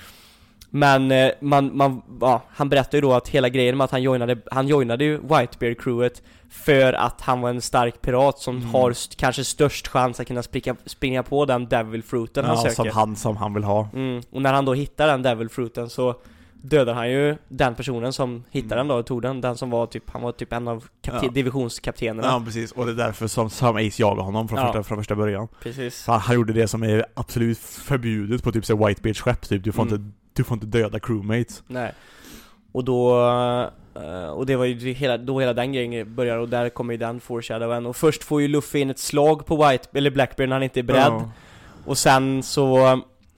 Men eh, man, man, ja, han berättar ju då att hela grejen med att han joinade, han joinade ju Whitebeard-crewet för att han var en stark pirat som mm. har st- kanske störst chans att kunna spricka, springa på den Devil Fruiten ja, han söker. Som han, som han vill ha. Mm. Och när han då hittar den Devil Fruiten så dödar han ju den personen som hittade mm. den då och tog den. Den som var typ, han var typ en av kapte- ja. divisionskaptenerna. Ja, precis. Och det är därför som, som Ace jagar honom från, ja. första, från första början. Precis. Så han, han gjorde det som är absolut förbjudet på typ så Whitebeards skepp. Typ. Du får mm. inte Du får inte döda crewmates. Nej. Och då och det var ju hela då hela den grejen börjar och där kommer ju den foreshadowen och först får ju Luffy in ett slag på White eller Blackbeard när han inte är beredd. Ja. Och sen så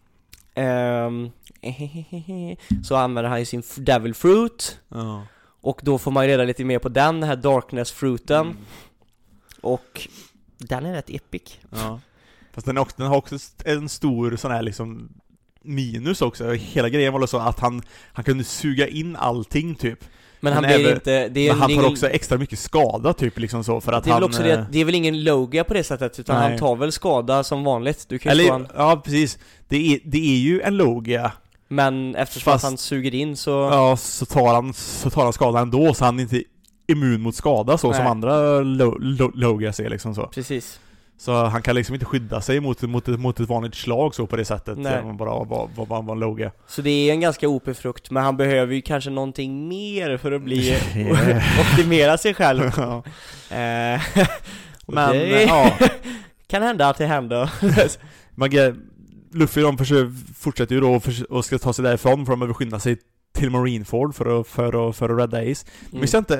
um, så använder han ju sin Devil Fruit. Ja. Och då får man ju reda lite mer på den här Darkness Fruiten. Mm. Och den är rätt epic. Ja. Fast den, är också, den har också en stor sån här liksom minus också. Hela grejen var så att han, han kunde suga in allting typ. Men han men blir även, inte det är men han ingen, får också extra mycket skada typ liksom så för att det är han väl också det, det är väl ingen Logia på det sättet utan nej. Han tar väl skada som vanligt. Du kan Eller, han... ja precis. Det är det är ju en Logia. Men eftersom Fast, att han suger in så ja så tar han så tar han skada ändå så han är inte immun mot skada så nej. Som andra lo, lo, Logias är liksom så. Precis. Så han kan liksom inte skydda sig mot, mot, mot ett vanligt slag så på det sättet. Man bara var, var, var, var loga. Så det är en ganska O P-frukt. Men han behöver ju kanske någonting mer för att bli optimera sig själv. Ja. men det ja. kan hända att det händer. Magge, Luffy de försöker, fortsätter ju då och, för, och ska ta sig därifrån för att de behöver skynda sig till Marineford för att, för att, för att rädda Ace. Mm. Men jag inte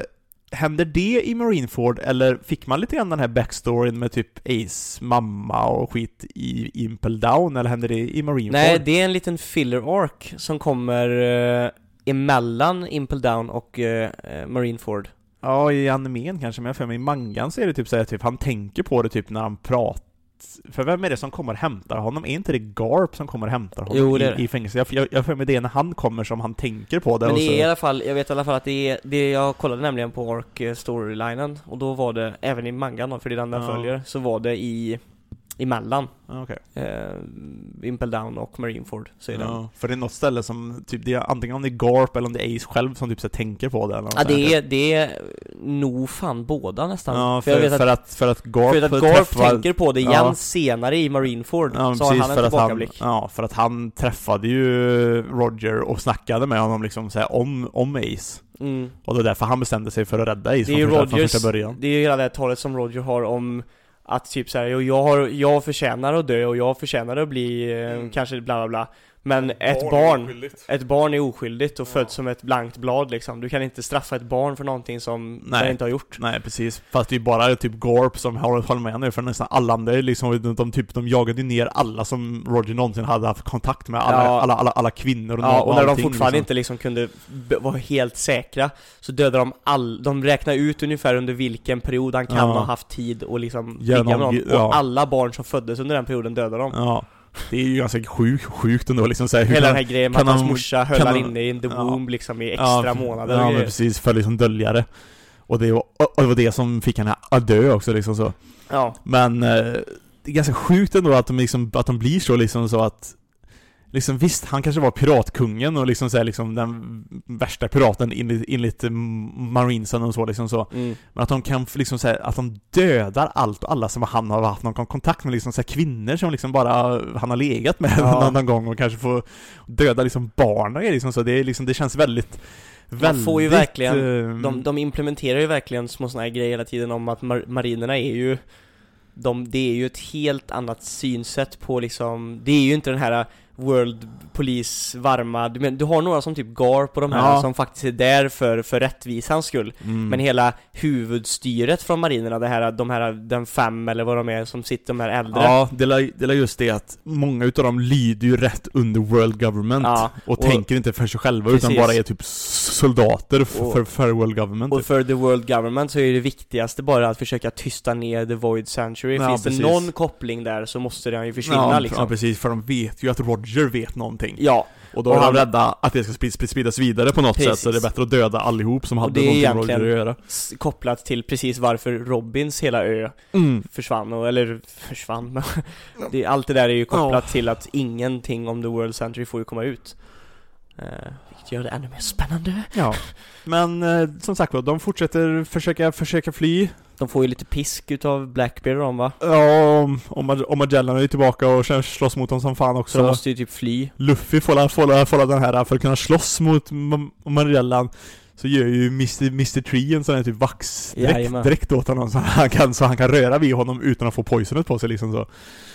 händer det i Marineford, eller fick man lite grann den här backstoryn med typ Ace mamma och skit i Impel Down, eller händer det i Marineford? Nej, det är en liten filler arc som kommer uh, emellan Impel Down och uh, Marineford. Ja, i animen kanske, men jag för mig i mangan så är det typ så här, typ han tänker på det typ när han pratar. För vem är det som kommer och hämtar honom? Är inte det Garp som kommer och hämtar honom jo, det i, i fängelse? Jag, jag, jag för mig det är när han kommer som han tänker på det. Men och det så... är i alla fall, jag vet i alla fall att det är, det jag kollade nämligen på arc storylinen, och då var det, även i mangan då, för det är den den ja. följer, så var det i emellan okay. eh, Impel Down och Marineford, så är ja, den. för det är något ställe som typ, det är antingen om det är Garp eller om det är Ace själv som typ så tänker på det eller ja, det är, det är nog fan båda nästan. Ja, för, för, jag vet för, att, att, för att Garp, för att Garp träffar... tänker på det igen ja. senare i Marineford, ja, så har han en för att han, tillbakablick. ja, för att han träffade ju Roger och snackade med honom liksom så här, om, om Ace. Mm. Och det är därför han bestämde sig för att rädda Ace det är från, första, Rogers, från första början. Det är ju hela det talet som Roger har om att typ såhär, jag, har, jag förtjänar att dö och jag förtjänar att bli eh, mm. kanske bla bla bla. Men ett barn, barn ett barn är oskyldigt och ja. född som ett blankt blad liksom. Du kan inte straffa ett barn för någonting som det inte har gjort. Nej, precis. Fast det är bara typ Garp som har hållit med nu, för nästan alla andra liksom, de, de, typ, de jagade ner alla som Roger någonsin hade haft kontakt med, alla, ja. alla, alla, alla kvinnor och, ja, och, och när allting, de fortfarande liksom. inte liksom kunde b- vara helt säkra, så dödade de all, de räknar ut ungefär under vilken period han kan ja. ha haft tid och liksom ligga med någon, ja. och alla barn som föddes under den perioden dödade de. Ja. Det är ju ganska sjukt, sjukt ändå liksom, så här, hur hela kan, den här grejen med att hans morsa höll han inne i the ja, womb liksom i extra ja, månader. Ja, men precis, för liksom dölja det. Och det, var, och det var det som fick henne att dö också liksom så. Ja. Men eh, det är ganska sjukt ändå att de, liksom, att de blir så liksom så att liksom, visst, han kanske var piratkungen och liksom, så här, liksom den värsta piraten enligt, enligt Marinesen och så liksom så. Mm. Men att de kan liksom så här, att de dödar allt och alla som han har haft någon kontakt med, liksom så här, kvinnor som liksom bara han har legat med ja. någon, någon gång, och kanske få döda liksom barn liksom så. Det är liksom, det känns väldigt Man får ju väldigt, verkligen uh, de, de implementerar ju verkligen små såna här grejer hela tiden om att mar- marinerna är ju de, det är ju ett helt annat synsätt på liksom, det är ju inte den här World Police varma, du, men, du har några som typ Garp och de här ja. som faktiskt är där för, för rättvisans skull, mm. men hela huvudstyret från marinerna, det här, de här, den fem eller vad de är som sitter, de här äldre. Ja, det är, det är just det att många utav dem lyder ju rätt under World Government ja, och, och tänker inte för sig själva, precis. Utan bara är typ soldater f- och, för, för World Government. Och för the World Government så är det viktigaste bara att försöka tysta ner the Void Sanctuary. Ja, finns precis. Det någon koppling där så måste den ju försvinna ja, liksom. Ja, precis, för de vet ju att Roger vet någonting. Ja. Och då är de rädda att det ska spridas, spridas vidare på något precis. Sätt, så det är bättre att döda allihop som hade någonting med Roger att göra. Kopplat till precis varför Robins hela ö mm. försvann, och, eller försvann, men det, allt det där är ju kopplat oh. till att ingenting om the World Century får ju komma ut. Uh, vilket gör det ännu mer spännande. Ja, men uh, som sagt var, de fortsätter försöka, försöka fly. De får ju lite pisk utav Blackbeard om, va? Ja, om, om Magellan är tillbaka och slåss mot dem som fan också. Så de måste ju typ fly. Luffy får la, får la, får la den här, för att kunna slåss mot Magellan så gör ju mister mister Tree en sån här typ vaxdräkt direkt åt honom, så han, kan, så han kan röra vid honom utan att få poisonet på sig liksom så.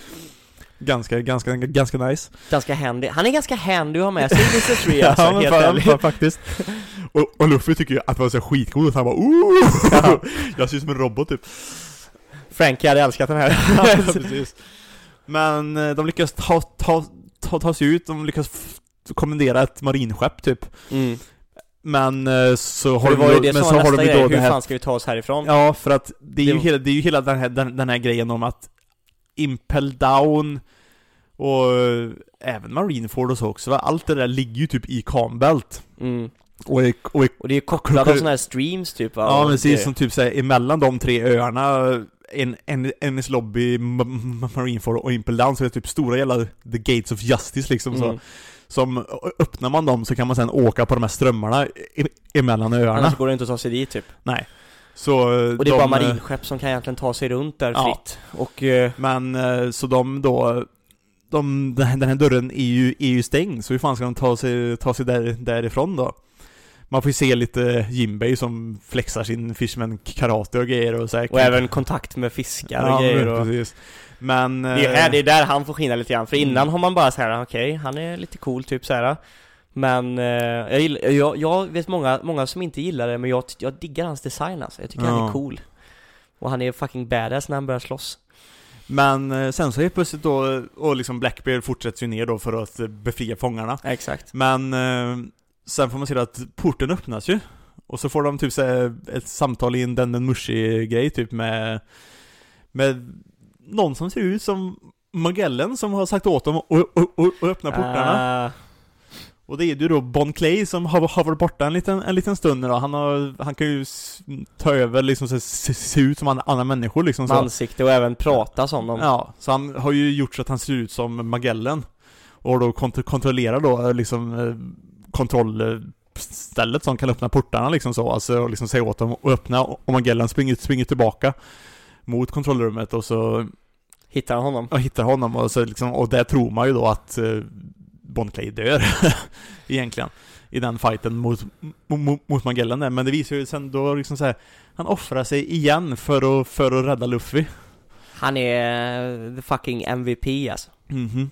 Ganska, ganska, ganska nice. Ganska handy. Han är ganska handy att ha med sig mister Tree, alltså, ja, helt ärligt. Faktiskt. Och, och Luffy tycker ju att det var så skitcoolt, att han bara Ooh! Ja. Jag ser ut som en robot typ. Frankie hade älskat den här. Ja, precis. Men de lyckas ta, ta, ta, ta sig ut, de lyckas f- kommendera ett marinskepp typ. Mm. Men så har det var ju det men som så var har nästa de grej, hur det här... fan ska vi ta oss härifrån? Ja, för att det är det ju var... hela, det är ju hela den här, den, den här grejen om att Impel Down och även Marineford och så också, va? Allt det där ligger ju typ i Campbelt. Mm. Och, är, och, är, och det är kopplat av sådana här streams typ, va? Ja, precis, som typ såhär emellan de tre öarna, en, en, Ennis Lobby, Marineford och Impel Down, så är det typ stora jävla The Gates of Justice liksom. Mm. Så som öppnar man dem så kan man sen åka på de här strömmarna emellan öarna. Annars går det inte att ta sig dit typ. Nej. Så och det är de, bara marinskepp som kan egentligen ta sig runt där ja. fritt. Och, uh, men så de då de, den här dörren är ju, är ju stängd, så hur fan ska de ta sig, ta sig där, därifrån då? Man får ju se lite Jinbei som flexar sin Fishman karate och grejer och så här. Och även kontakt med fiskar och ja, grejer och... precis. Men det är, här, det är där han får skina lite grann. För innan mm. har man bara så här: okej, okay, han är lite cool typ så här. Men eh, jag, gillar, jag, jag vet många, många som inte gillar det, men jag, jag diggar hans design alltså. Jag tycker ja. han är cool. Och han är fucking badass när han börjar slåss. Men eh, sen så är plötsligt då, och liksom Blackbeard fortsätter ju ner då för att befria fångarna. Exakt. Men eh, sen får man se att porten öppnas ju. Och så får de typ så ett samtal i en den en mushi-grej typ med med någon som ser ut som Magellan som har sagt åt dem att öppna portarna. Uh. Och det är ju då Bon Clay som har, har varit borta en liten, en liten stund nu då. Han, har, han kan ju ta över liksom så, se, se ut som andra människor liksom så. Ansikte och även prata som dem. Ja, så han har ju gjort så att han ser ut som Magellan. Och då kont- kontrollerar då liksom kontrollstället som kan öppna portarna liksom så. Alltså och liksom säga åt dem att öppna och Magellan springer, springer tillbaka mot kontrollrummet och så hittar honom. Och hittar honom och så liksom, och där tror man ju då att uh, Bon Clay dör egentligen i den fighten mot mot, mot Magellan där. Men det visar ju sen då liksom så här, han offrar sig igen för att för att rädda Luffy. Han är the fucking M V P alltså. Mhm.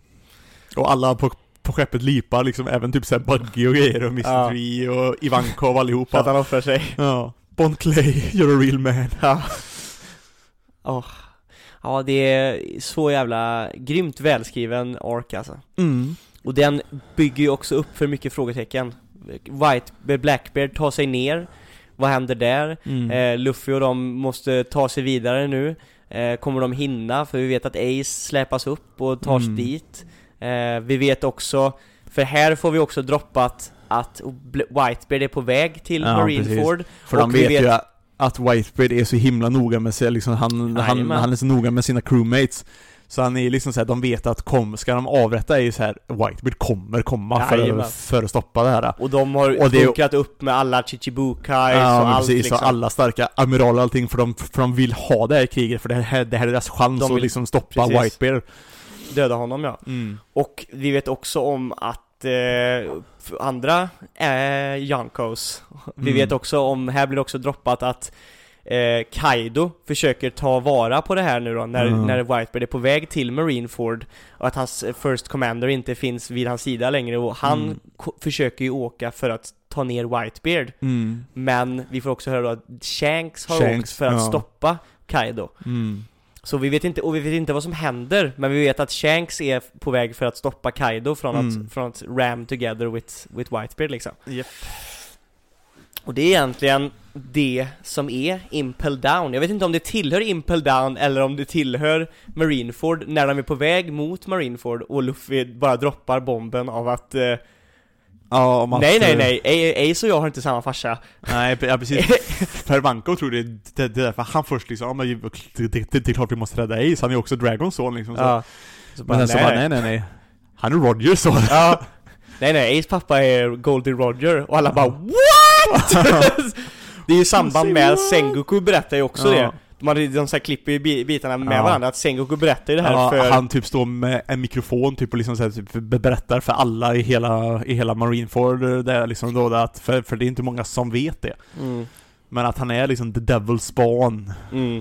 Och alla på på skeppet lipar liksom även typ så här Buggy och grejer och mister Ja. Tree och Ivankov allihopa. Att han offrar sig. Ja. Bon Clay, you're a real man. Ja. Åh. Oh. Ja, det är så jävla grymt välskriven ark alltså. Mm. Och den bygger ju också upp för mycket frågetecken. White Blackbeard tar sig ner. Vad händer där? Mm. Eh, Luffy och de måste ta sig vidare nu. Eh, kommer de hinna? För vi vet att Ace släpas upp och tar sig mm. dit. Eh, vi vet också, för här får vi också droppat att Whitebeard är på väg till ja, Marineford. För de vet, vet ju att Whitebeard är så himla noga med sig liksom, han, han, han är så noga med sina crewmates. Så han är liksom så här, de vet att kom, ska de avrätta är så här, Whitebeard kommer komma för, för att stoppa det här. Och de har och bunkrat det, upp med alla Chichibukais ja, och allt precis, liksom. Och alla starka admiraler och allting för de, för de vill ha det här kriget, för det här, det här är deras chans de vill, att liksom stoppa precis. Whitebeard. Döda honom, ja. Mm. Och vi vet också om att eh, andra är Yonkos. Vi mm. vet också om, här blir det också droppat att eh, Kaido försöker ta vara på det här nu då, när, mm. när Whitebeard är på väg till Marineford och att hans first commander inte finns vid hans sida längre och han mm. k- försöker ju åka för att ta ner Whitebeard. Mm. Men vi får också höra då att Shanks har Shanks, åkt för att ja. stoppa Kaido. Mm. Så vi vet inte, och vi vet inte vad som händer, men vi vet att Shanks är på väg för att stoppa Kaido från, mm. att, från att ram together with, with Whitebeard liksom. Yep. Och det är egentligen det som är Impel Down. Jag vet inte om det tillhör Impel Down eller om det tillhör Marineford när de är på väg mot Marineford och Luffy bara droppar bomben av att... Eh, ja, om att nej, nej, nej. Ace och jag har inte samma farsa. Nej, ja, precis. Per Vanko tror det, det, det är därför han först liksom, ja, men det, det, det är klart vi måste rädda Ace. Han är ju också Dragons son liksom. Så. Ja. Så bara, men nej, så bara, nej, nej, nej. Han är Rogers son. Ja. Nej, nej, Ace pappa är Goldie Roger. Och alla bara, what? Det är ju samband med Sengoku berättar ju också ja. det. De hade de så här klipper ju bitarna med ja. varandra att Sengoku berättar ju det här ja, för... Han typ står med en mikrofon typ och liksom så här, typ berättar för alla i hela, i hela Marineford där liksom då att för, för det är inte många som vet det. Mm. Men att han är liksom the devil spawn. Mm.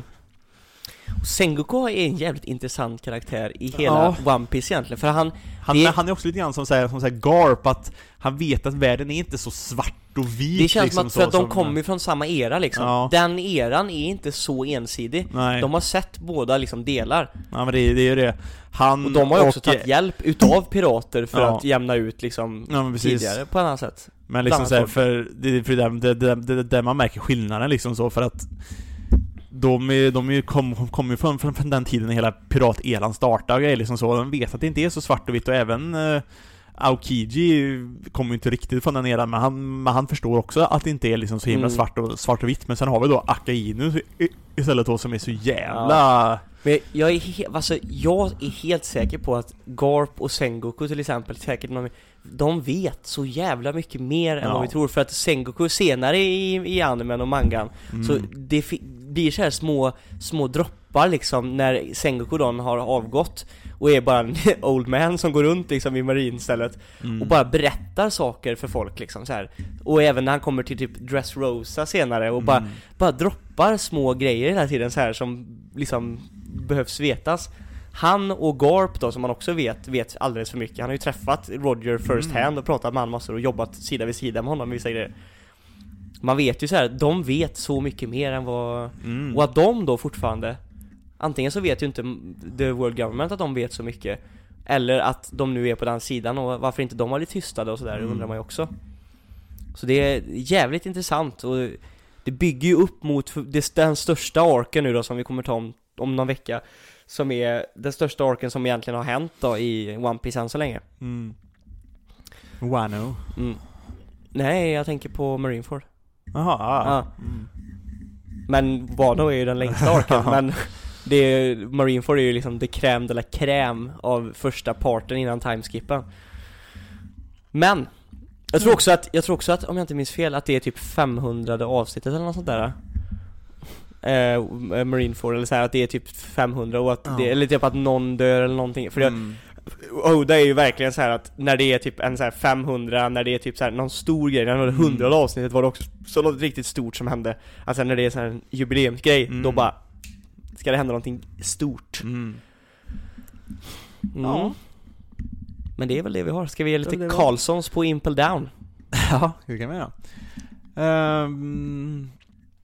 Och Sengoku är en jävligt intressant karaktär i hela ja. One Piece egentligen, för han han, det... han är också lite grann som säger som säger Garp, att han vet att världen är inte så svart och vit. Det känns liksom, som att för att de som... kommer från samma era liksom. Ja. Den eran är inte så ensidig. Nej. De har sett båda liksom delar. Ja, men det, det är ju det. Han och de har ju också och... tagit hjälp utav pirater för ja. att jämna ut liksom ja, tidigare på ett annat sätt. Men liksom så här, för det för det det, det, det, det man märker skillnaden liksom så, för att de är, de är kom, kom ju från, från, från den tiden när hela pirateran startade och liksom så. De vet att det inte är så svart och vitt, och även uh, Aokiji kommer ju inte riktigt från den eran, men han, men han förstår också att det inte är liksom så himla mm. svart, och, svart och vitt. Men sen har vi då Akainu istället då, som är så jävla... Ja. Men jag är, he- alltså, jag är helt säker på att Garp och Sengoku till exempel, säkert någon, de vet så jävla mycket mer ja. än vad vi tror. För att Sengoku senare i, i animen och mangan mm. så det fi- blir så här små, små droppar liksom när Sengoku då har avgått och är bara en old man som går runt liksom i marinstället mm. och bara berättar saker för folk liksom så här. Och även när han kommer till typ Dressrosa senare och mm. bara, bara droppar små grejer hela tiden så här som liksom behövs vetas. Han och Garp då, som man också vet vet alldeles för mycket. Han har ju träffat Roger first Mm. hand och pratat med han massor och jobbat sida vid sida med honom vissa grejer. Man vet ju så här, de vet så mycket mer än vad Mm. och att de då fortfarande, antingen så vet ju inte the world government att de vet så mycket, eller att de nu är på den sidan, och varför inte de har lite tystade och sådär, Mm. undrar man ju också. Så det är jävligt intressant, och det bygger ju upp mot det, den största arken nu då, som vi kommer ta om, om någon vecka, som är den största arken som egentligen har hänt då i One Piece än så länge. Mm. Wano. Mm. Nej, jag tänker på Marineford. Jaha, ja. Ja. Mm. Men Wano är ju den längsta arken. Men det är, Marineford är ju liksom det crème de la crème av första parten innan timeskippen. Men jag tror också att, jag tror också att, om jag inte minns fel, att det är typ femhundrade avsnittet eller något sånt där. Eh, Marineford, eller så här, att det är typ femhundra, och att Ja. det, eller typ att någon dör eller någonting. För Mm. Oda är ju verkligen så här att när det är typ en så här femhundra, när det är typ så här någon stor grej, när det var Mm. hundrade avsnittet var det också så något riktigt stort som hände. Alltså när det är så här en jubileumsgrej, Mm. då bara ska det hända någonting stort. Mm. Mm. Ja. Men det är väl det vi har. Ska vi ge lite Det är det vi har. Carlsons på Impel Down? Ja, det kan vi göra. Ehm,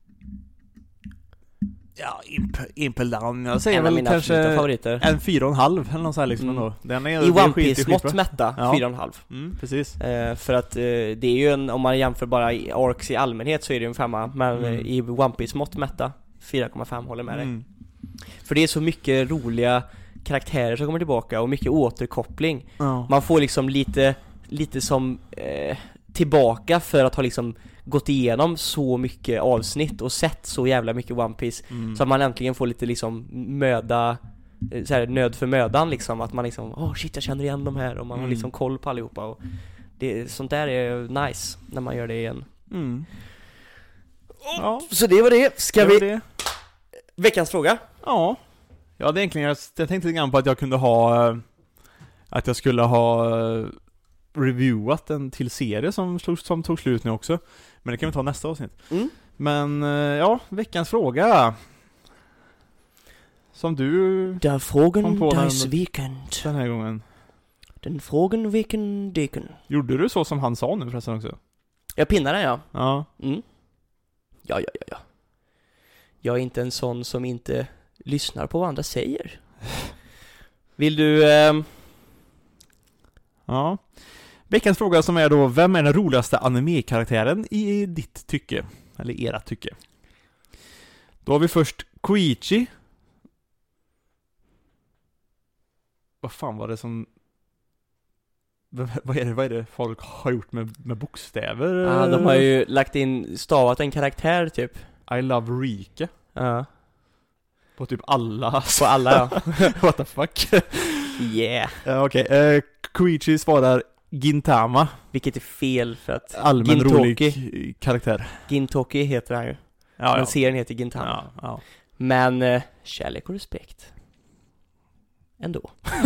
ja, Imp- Impel Down. Jag säger En av väl mina absoluta kanske favoriter. en fyra och en halv eller något så här liksom Mm. ändå. Den är, I det är One skit- det är Piece mått skitbra. mätta, Ja. fyra och en halv. Mm, precis. Eh, för att eh, det är ju en, om man jämför bara i arcs i allmänhet så är det ju en femma. Men Mm. eh, i One Piece mått mätta, fyra komma fem, håller med dig. Mm. För det är så mycket roliga karaktärer som kommer tillbaka och mycket återkoppling. Ja. Man får liksom lite, lite som eh, tillbaka för att ha liksom gått igenom så mycket avsnitt och sett så jävla mycket One Piece. Mm. Så att man äntligen får lite liksom möda, eh, så här, nöd för mödan liksom. Att man liksom, åh oh, shit, jag känner igen de här. Och man Mm. har liksom koll på allihopa. Och det, sånt där är nice när man gör det igen. Mm. Ja, Så det var det. Ska det vi... var det. Veckans fråga? Ja. Ja, det är egentligen, jag, jag tänkte lite grann på att jag kunde ha eh, att jag skulle ha eh, reviewat en till serie som, slog, som tog slut nu också. Men det kan vi ta nästa avsnitt. Mm. Men eh, ja, veckans fråga. Som du Der Frågan Kom på des den- Weekend. den här gången. Den Frågan Weekend Dicken. Gjorde du så som han sa nu förresten också? Jag pinnar den, ja. Ja. Mm. Ja, ja, ja, ja. Jag är inte en sån som inte lyssnar på vad andra säger. Vill du... ehm, Ja. Veckans fråga som är då, vem är den roligaste anime-karaktären i ditt tycke? Eller era tycke? Då har vi först Koichi. Vad fan var det som... Vad vad är det, vad är det folk har gjort med, med bokstäver? Ja, de har ju lagt in, stavat en karaktär typ. I love Rike. Ja, På typ alla. på alla, ja. What the fuck? Yeah. Ja, okej. Eh, Koichi svarar Gintama. Vilket är fel för att Allmän Gintoki. rolig karaktär. Gintoki heter han ju. Ja, Men ja. serien heter Gintama. Ja, ja. Men eh, kärlek och respekt. Ändå.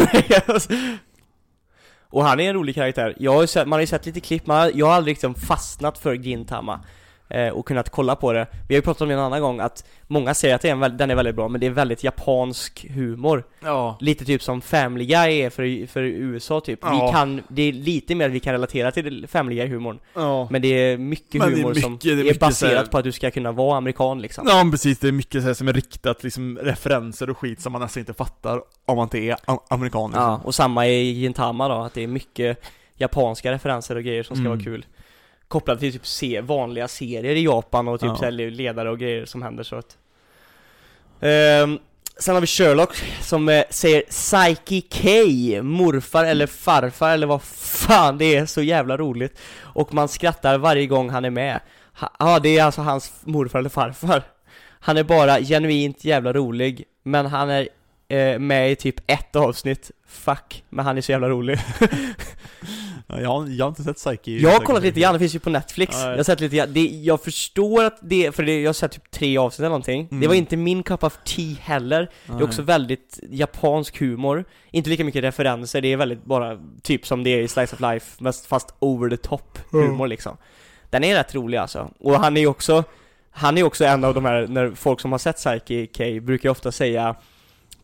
Och han är en rolig karaktär. Jag har ju sett, man har ju sett lite klipp, man har, jag har aldrig liksom fastnat för Gintama eh, och kunnat kolla på det. Vi har ju pratat om det en annan gång, att många säger att det är en, väl- den är väldigt bra, men det är väldigt japansk humor. Ja. Lite typ som Family Guy är för, för U S A typ. Ja. Vi kan, det är lite mer att vi kan relatera till Family Guy-humorn. Ja. Men det är mycket Men det är humor som mycket- det är är, mycket baserat så här- på att du ska kunna vara amerikan liksom. Ja, men precis. Det är mycket så här som är riktat, liksom referenser och skit som man nästan inte fattar om man inte är a- amerikan. Liksom. Ja, och samma i Gintama då, att det är mycket japanska referenser och grejer som ska Mm. vara kul. Kopplat till typ se, vanliga serier i Japan och typ Ja. så här ledare och grejer som händer så att... Ehm, sen har vi Sherlock som eh, säger Psyche K, morfar eller farfar eller vad fan, det är så jävla roligt. Och man skrattar varje gång han är med. Ja, ah, det är alltså hans morfar eller farfar. Han är bara genuint jävla rolig, men han är eh, med i typ ett avsnitt. Fuck, men han är så jävla rolig. Ja, jag, har, jag har inte sett Psyche. Jag har kollat lite grann, det finns ju på Netflix. Ja, ja. Jag har sett lite grann. Det, jag förstår att det, för det, jag har sett typ tre avsnitt eller någonting. Mm. Det var inte min cup of tea heller. Det är också väldigt japansk humor. Inte lika mycket referenser, det är väldigt bara typ som det är i Slice of Life, mest fast over the top humor Mm. liksom. Den är rätt rolig alltså. Och han är ju också, han är också en av de här, när folk som har sett Psyche K brukar ofta säga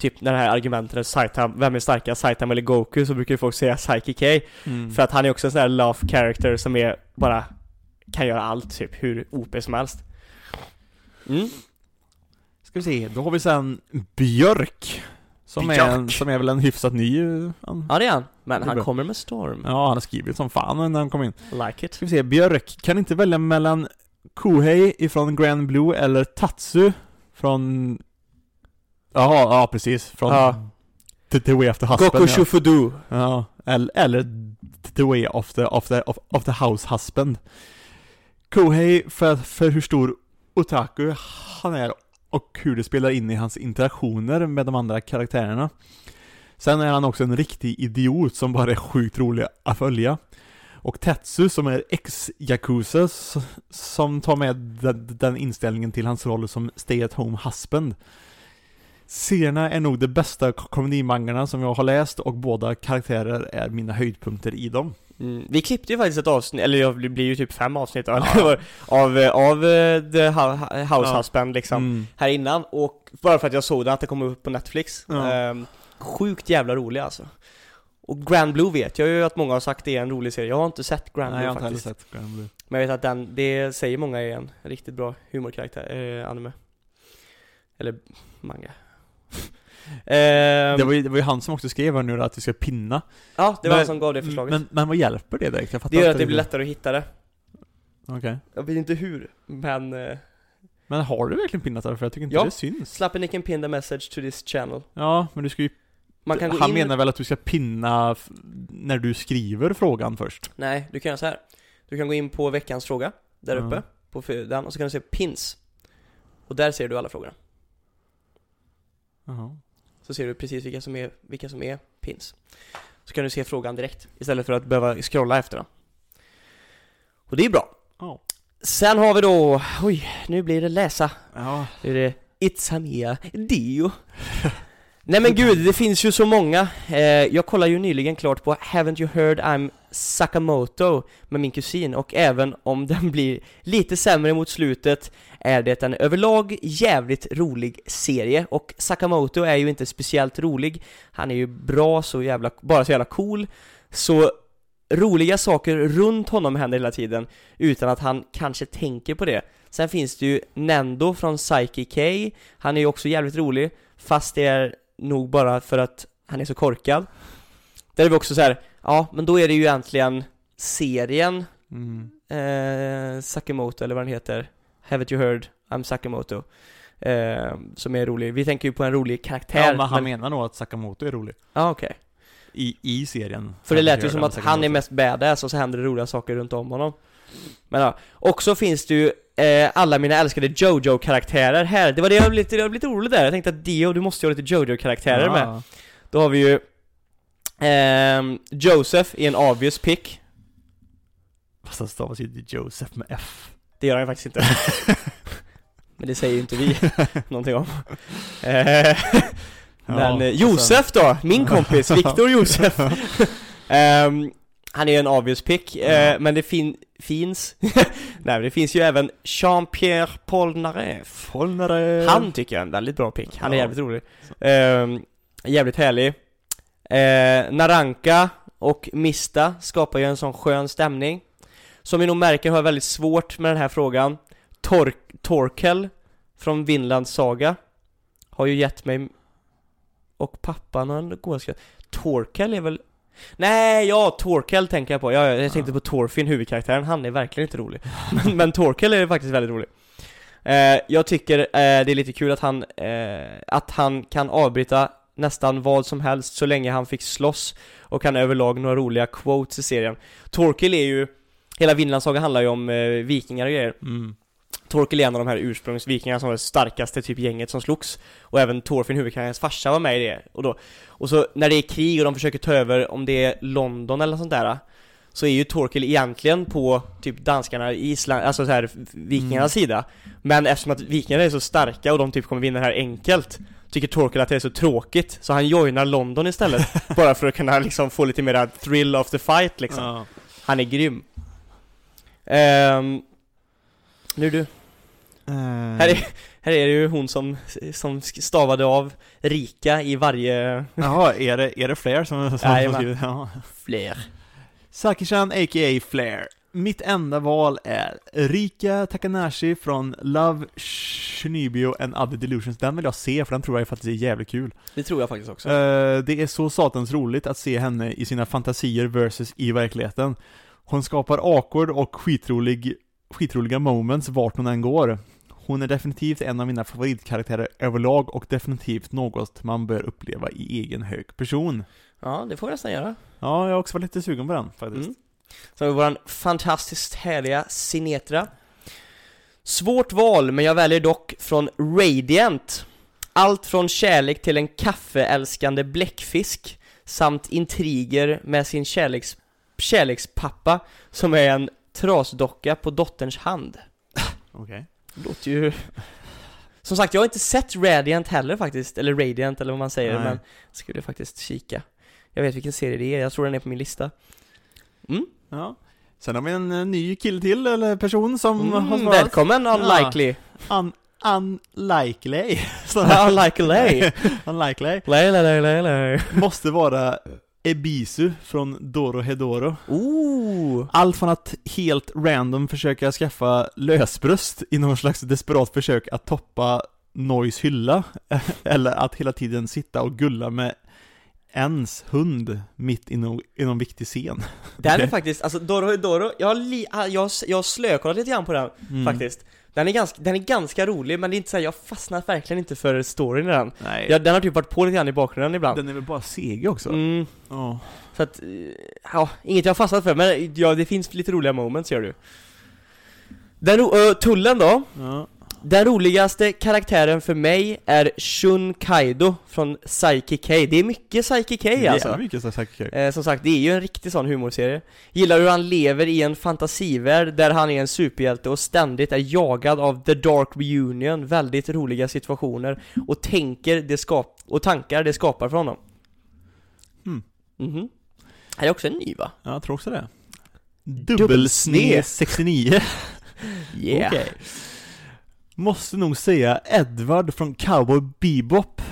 typ när det här argumentet är Saitama, vem är starkast, Saitama eller Goku, så brukar folk säga Saiki K. Mm. För att han är också en sån här laugh character som är bara kan göra allt, typ hur O P som helst. Mm. Ska vi se, då har vi sen Björk. Som, Björk. Är, en, som är väl en hyfsat ny... Han, ja, det är han. Men han kommer med storm. Ja, han har skrivit som fan när han kom in. Like it. Ska vi se, Björk kan inte välja mellan Kohei ifrån Grand Blue eller Tatsu från... Jaha, ja precis. Från ja. The, the Way of the Husband. Goku Shufudu. Ja, eller, eller The Way of the, of the, of, of the House Husband. Kohei för, för hur stor otaku han är och hur det spelar in i hans interaktioner med de andra karaktärerna. Sen är han också en riktig idiot som bara är sjukt rolig att följa. Och Tetsu som är ex-yakuza som tar med den, den inställningen till hans roll som stay-at-home husband. Serierna är nog de bästa komedimangarna som jag har läst och båda karaktärer är mina höjdpunkter i dem. Mm. Vi klippte ju faktiskt ett avsnitt, eller det blir ju typ fem avsnitt ja. av, av, av The House ja. Husband liksom, mm. här innan. Och bara för att jag såg det, att det kommer upp på Netflix. Ja. ehm, Sjukt jävla rolig alltså. Och Grand Blue vet jag ju att många har sagt det är en rolig serie. Jag har inte sett Grand Nej, Blue jag har faktiskt. inte sett Grand Blue. Men jag vet att den, det säger många är en riktigt bra humorkaraktär, eh, anime. Eller manga. det, var ju, det var ju han som också skrev här nu att vi ska pinna. Ja, det var men, han som gav det förslaget. Men, men vad hjälper det direkt? Jag det gör att det blir lättare att hitta det. Okej. Okay. Jag vet inte hur, men... Eh... Men har du verkligen pinnat det? För jag tycker inte ja. det syns. Slappen can pin the message to this channel. Ja, men du ska ju... Man kan gå han in... menar väl att du ska pinna f- när du skriver frågan först? Nej, du kan göra så här. Du kan gå in på veckans fråga där mm. uppe på den, och så kan du se pins. Och där ser du alla frågorna. Uh-huh. Så ser du precis vilka som är vilka som är pins. Så kan du se frågan direkt istället för att behöva scrolla efter den. Och det är bra. Oh. Sen har vi då, oj, nu blir det läsa. Ja. Nu är det Itsamia Dio. Nej men gud, det finns ju så många. eh, Jag kollar ju nyligen klart på Haven't You Heard I'm Sakamoto med min kusin. Och även om den blir lite sämre mot slutet är det en överlag jävligt rolig serie. Och Sakamoto är ju inte speciellt rolig. Han är ju bra, så jävla, bara så jävla cool. Så roliga saker runt honom händer hela tiden utan att han kanske tänker på det. Sen finns det ju Nendo från Saiki K. Han är ju också jävligt rolig, fast det är nog bara för att han är så korkad. Där är vi också så här, ja, men då är det ju egentligen serien mm. eh, Sakamoto, eller vad den heter, Haven't You Heard I'm Sakamoto, eh, som är rolig. Vi tänker ju på en rolig karaktär. Ja, men han men... menar nog att Sakamoto är rolig. Ja, ah, okej. Okay. I, I serien. För det lät ju som att Sakamoto. Han är mest badass och så händer det roliga saker runt om honom. Men ja, också finns det ju eh, alla mina älskade Jojo-karaktärer här. Det var det jag blev lite, jag blev lite orolig där. Jag tänkte att Dio, du måste ju ha lite Jojo-karaktärer ja. med. Då har vi ju eh, Joseph i en obvious pick. Fast han stavas ju Joseph med F. Det gör han faktiskt inte. Men det säger ju inte vi någonting om. Eh, men ja, Josef då, min kompis, Victor Josef. um, Han är en obvious pick, ja. eh, men det fin- finns Nej, det finns ju även Jean-Pierre Polnareff. Polnareff. Han tycker jag är en väldigt bra pick. Han är ja. jävligt rolig. Um, jävligt härlig. Uh, Naranka och Mista skapar ju en sån skön stämning. Som vi nog märker har jag väldigt svårt med den här frågan. Tor- Torkel från Vinlands Saga har ju gett mig, och pappan har en gåskratt. Torkel är väl... Nej, ja, Torkel tänker jag på. Ja, jag tänkte på Torfin, huvudkaraktären. Han är verkligen inte rolig. Men, men Torkel är faktiskt väldigt rolig. Eh, jag tycker eh, det är lite kul att han eh, att han kan avbryta nästan vad som helst så länge han fick slåss, och kan överlag några roliga quotes i serien. Torkel är ju... Hela Vinlands Saga handlar ju om eh, vikingar och grejer. Mm. Torkel är en av de här ursprungsvikingarna som var det starkaste typ gänget som slogs. Och även Torfin, huvudkaraktärens farsa, var med i det. Och, då, och så när det är krig och de försöker ta över, om det är London eller sånt där, så är ju Torkel egentligen på typ danskarna, Island, alltså så här vikingarnas mm. sida. Men eftersom att vikingarna är så starka och de typ kommer vinna det här enkelt, tycker Torkel att det är så tråkigt, så han joinar London istället. Bara för att kunna liksom få lite mer thrill of the fight liksom. Ja. Han är grym. Um, Nu du. Uh... Här är, här är det ju hon som, som stavade av Rika i varje... Jaha, är det, är det Flair som, som, Nej, som skriver? Ja. Flair. Saki-chan a k a. Flair. Mitt enda val är Rika Takanashi från Love, Shunibyo and Other Delusions. Den vill jag se, för den tror jag faktiskt är jävligt kul. Det tror jag faktiskt också. Uh, det är så satans roligt att se henne i sina fantasier versus i verkligheten. Hon skapar awkward och skitrolig, skitroliga moments vart hon än går. Hon är definitivt en av mina favoritkaraktärer överlag och definitivt något man bör uppleva i egen hög person. Ja, det får vi nästan göra. Ja, jag har också varit lite sugen på den faktiskt. Mm. Så har vi våran fantastiskt härliga Sinetra. Svårt val, men jag väljer dock från Radiant. Allt från kärlek till en kaffeälskande bläckfisk samt intriger med sin kärleks, kärlekspappa som är en trasdocka på dotterns hand. Okej. Okay. Det låter ju... Som sagt, jag har inte sett Radiant heller faktiskt, eller Radiant eller vad man säger. Nej. Men skulle faktiskt kika. Jag vet vilken serie det är, jag tror den är på min lista. Mm. Ja. Sen har vi en uh, ny kill till, eller person som mm, har svarat. Välkommen, unlikely. Ja. Un- unlikely. Unlikely. Unlikely. Lay, lay, lay, lay. Måste vara Ebisu från Dorohedoro. Ooh. Allt från att helt random försöka skaffa lösbröst i någon slags desperat försök att toppa Nois hylla, eller att hela tiden sitta och gulla med ens hund mitt i någon, i någon viktig scen. Den är faktiskt, alltså Dorohedoro, jag har, li, jag, jag har slökollat lite grann på den mm. faktiskt. Den är, ganska, den är ganska rolig, men det är inte så här, jag fastnar verkligen inte för storyn i den. Nej. Jag, den har typ varit på lite grann i bakgrunden ibland. Den är väl bara seg också. Mm. Oh. Så att, ja, inget jag har fastnat för, men ja, det finns lite roliga moments, ser du. Den uh, tullen då. Ja. Den roligaste karaktären för mig är Shun Kaido från Psyche K. Det är mycket Psyche K alltså. Det är mycket Psyche K. Eh, som sagt, det är ju en riktig sån humorserie. Gillar hur han lever i en fantasivärld där han är en superhjälte och ständigt är jagad av The Dark Reunion. Väldigt roliga situationer och tänker det skap och tankar det skapar för honom. Mm. Mhm. Är det också en ny, va? Ja, jag tror också det. Dubbelsne sextionio. Yeah. Okay. Måste nog säga Edward från Cowboy Bebop,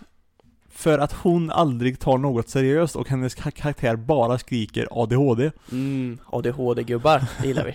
för att hon aldrig tar något seriöst och hennes karaktär bara skriker A D H D. Mm, A D H D-gubbar, det gillar vi.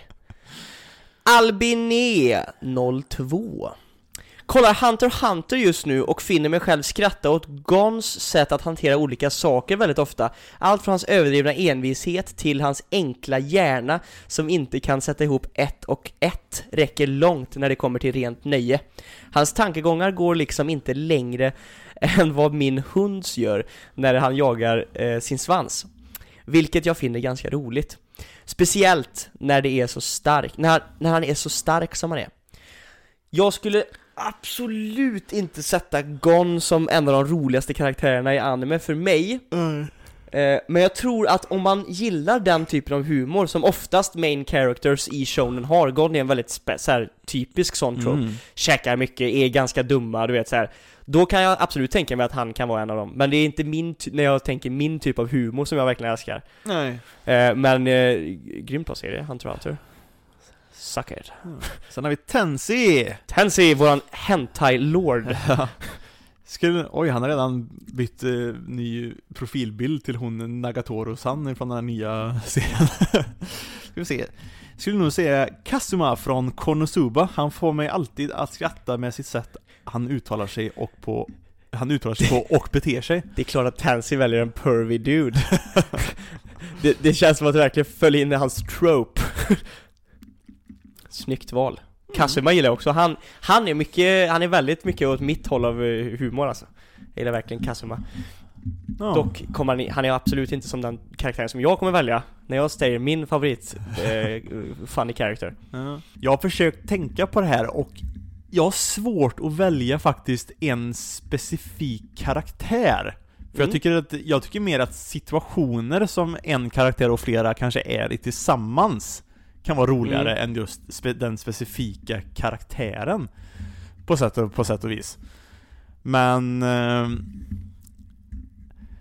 Albiné noll två. Kollar Hunter x Hunter just nu och finner mig själv skratta åt Gons sätt att hantera olika saker väldigt ofta. Allt från hans överdrivna envishet till hans enkla hjärna som inte kan sätta ihop ett och ett räcker långt när det kommer till rent nöje. Hans tankegångar går liksom inte längre än vad min hunds gör när han jagar eh, sin svans. Vilket jag finner ganska roligt. Speciellt när det är så stark, när, när han är så stark som han är. Jag skulle absolut inte sätta Gon som en av de roligaste karaktärerna i anime för mig. Mm. eh, Men jag tror att om man gillar den typen av humor som oftast main characters i shonen har, Gon är en väldigt spe- så här, typisk sån trope. Mm. Käkar mycket, är ganska dumma, du vet så här. Då kan jag absolut tänka mig att han kan vara en av dem. Men det är inte min ty- när jag tänker min typ av humor som jag verkligen älskar. Nej. eh, Men eh, grymt bra serie, Hunter x Hunter. Sucker. Mm. Sen har vi Tensei. Tensei, våran hentai lord. Skulle, oj, han har redan bytt eh, ny profilbild till hon Nagatoro-san från den här nya serien. Ska vi se. Skulle nog säga Kazuma från Konosuba. Han får mig alltid att skratta med sitt sätt han uttalar sig och på han uttalar sig på och beter sig. Det är klart att Tansy väljer en pervy dude. det, det känns som att det verkligen följer in i hans trope. Snyggt val. Kazuma gillar jag också. Han, han är mycket, han är väldigt mycket åt mitt håll av humor alltså. Jag gillar verkligen Kazuma. Ja. Dock kommer han, han är absolut inte som den karaktären som jag kommer välja när jag säger min favorit eh, funny character. Ja. Jag har försökt tänka på det här och jag har svårt att välja faktiskt en specifik karaktär. För mm. jag tycker att jag tycker mer att situationer som en karaktär och flera kanske är i tillsammans kan vara roligare mm. än just spe- den specifika karaktären på sätt och, på sätt och vis. Men eh,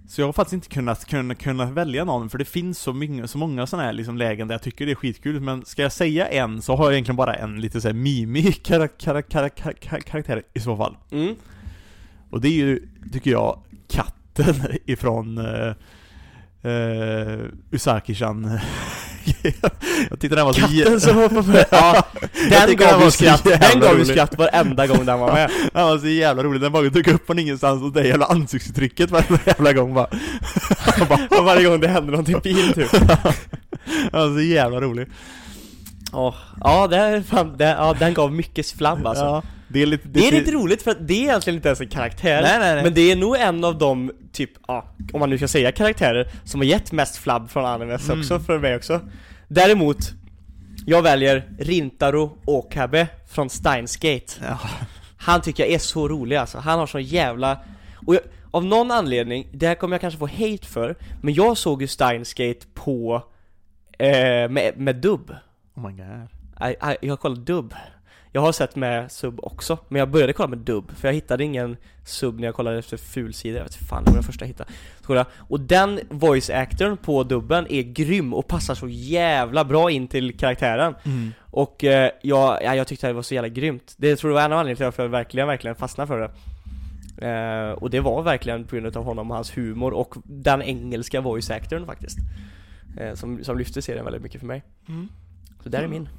Så jag har faktiskt inte kunnat, kunnat, kunnat välja någon, för det finns så många, så många sådana här liksom lägen där jag tycker det är skitkul. Men ska jag säga en, så har jag egentligen bara en lite så här mimik karaktär, karaktär, karaktär i så fall. Mm. Och det är ju, tycker jag, katten ifrån uh, uh, Usaki-chan. Jag tyckte den var så katten som hoppar på. Ja, den gav ju skratt. Den gav ju skratt varenda gång den var med. Den var så jävla rolig. Den bara tog upp från ingenstans, och det jävla ansiktsuttrycket varje jävla gång bara. bara varje gång det hände någonting fint typ. Den var så jävla rolig. Oh, ja, det är fan, det, ja, den gav mycket flabb alltså. Ja, det är lite, det, det är lite roligt för att det är egentligen inte ens en karaktär. Nej, nej, nej. Men det är nog en av de typ, ja, om man nu ska säga karaktärer som har gett mest flabb från animes mm. också för mig också. Däremot, jag väljer Rintaro Okabe från Steins Gate. Ja. Han tycker jag är så rolig alltså. Han har så jävla... Och jag, av någon anledning, det här kommer jag kanske få hate för, men jag såg ju Steins Gate på eh, med, med dubb. Oh my god. I, I, jag har kollat dubb. Jag har sett med sub också, men jag började kolla med dubb för jag hittade ingen sub när jag kollade efter fulsida. Jag vet inte fan, det var den första jag hittade. Skola. Och den voice actorn på dubben är grym och passar så jävla bra in till karaktären. Mm. Och eh, jag, ja, jag tyckte det var så jävla grymt. Det tror jag var en av anledningarna till att jag verkligen, verkligen fastnade för det. Eh, och det var verkligen på grund av honom och hans humor och den engelska voice actorn faktiskt. Eh, som, som lyfte serien väldigt mycket för mig. Mm. Så där är min.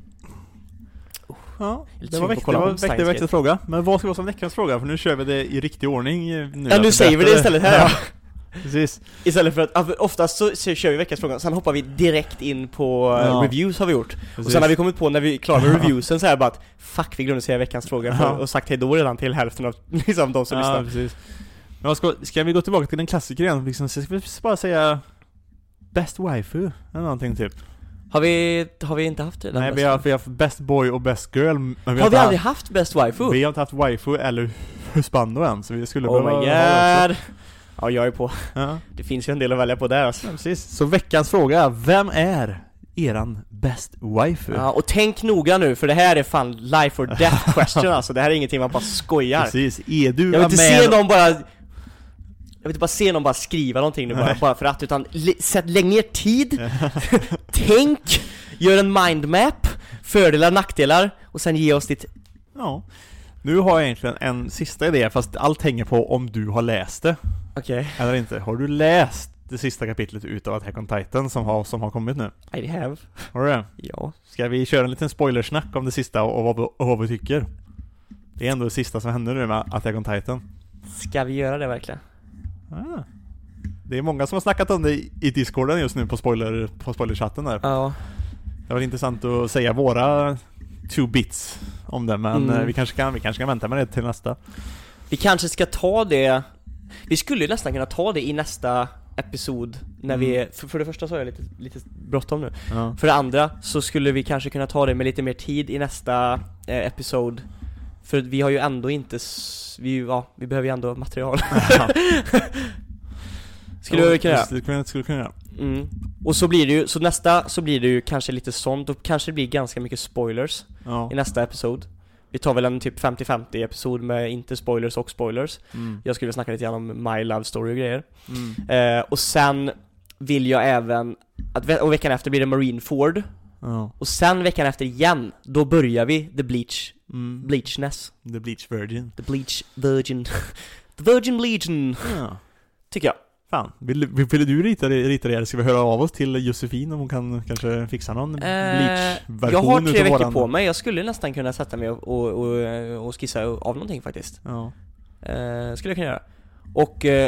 Ja, det var väckte, det var väckte, väckte fråga. Men vad ska vara som veckans fråga? För nu kör vi det i riktig ordning nu. Ja, nu säger vi det istället här. Ja. Precis. Istället för att, oftast så, så kör vi veckans fråga, sen hoppar vi direkt in på ja. reviews har vi gjort. Precis. Och sen har vi kommit på när vi klarar med reviewsen så här bara att fuck, vi glömde säga veckans fråga för, ja. och sagt hej då redan till hälften av liksom, de som ja, lyssnar. Precis. Men ska, ska vi gå tillbaka till den klassiker igen? Liksom, ska vi bara säga best waifu eller någonting typ? Har vi, har vi inte haft det? Nej, vi har, vi har haft best boy och best girl. Men vi har, har vi aldrig haft, haft best waifu? Vi har inte haft waifu eller husbando än, så vi skulle oh behöva my god. Ja, jag är på. Ja. Det finns ju en del att välja på där alltså. Ja, precis. Så veckans fråga, vem är eran best waifu? Ja, och tänk noga nu, för det här är fan life or death question alltså. Det här är ingenting man bara skojar. Precis, är du Jag vill inte se någon bara... Jag vill inte bara se någon bara skriva någonting nu bara, bara för att, utan l- sätt, lägg ner tid, tänk, gör en mindmap, fördelar, nackdelar och sen ge oss ditt... Ja, nu har jag egentligen en sista idé, fast allt hänger på om du har läst det. Okej. Okay. Eller inte. Har du läst det sista kapitlet utav Attack on Titan som har, som har kommit nu? I have. Har du det? Ja. Ska vi köra en liten spoilersnack om det sista och vad, och vad vi tycker? Det är ändå det sista som händer nu med Attack on Titan. Ska vi göra det verkligen? Ah. Det är många som har snackat om det i Discorden just nu på spoiler på spoilerchatten där. Ja. Det var intressant att säga våra two bits om det, men mm. vi kanske kan vi kanske kan vänta med det till nästa. Vi kanske ska ta det. Vi skulle nästan kunna ta det i nästa episod när mm. vi för, för det första så är jag lite lite bråttom nu. Ja. För det andra så skulle vi kanske kunna ta det med lite mer tid i nästa eh, episod. För vi har ju ändå inte vi ja, vi behöver ju ändå material. Ja. Skulle vi kunna göra? Skulle kunna göra. Mm. Och så blir det ju så nästa så blir det ju kanske lite sånt och kanske det blir ganska mycket spoilers ja. i nästa episod. Vi tar väl en typ femtio femtio episod med inte spoilers och spoilers. Mm. Jag skulle snacka lite grann om My Love Story och grejer. Mm. Eh, och sen vill jag även att ve- och veckan efter blir det Marineford. Ja. Och sen veckan efter igen, då börjar vi The Bleach mm. Bleachness. The Bleach Virgin. The Bleach Virgin. The Virgin Legion. Ja. Tycker jag. Fan, vill, vill, vill du rita det, rita det? Ska vi höra av oss till Josefin om hon kan kanske fixa någon eh, Bleach-version? Jag har tre veckor våran... på mig. Jag skulle nästan kunna sätta mig och, och, och, och skissa av någonting faktiskt. Ja. Eh, skulle jag kunna göra. Och... Eh,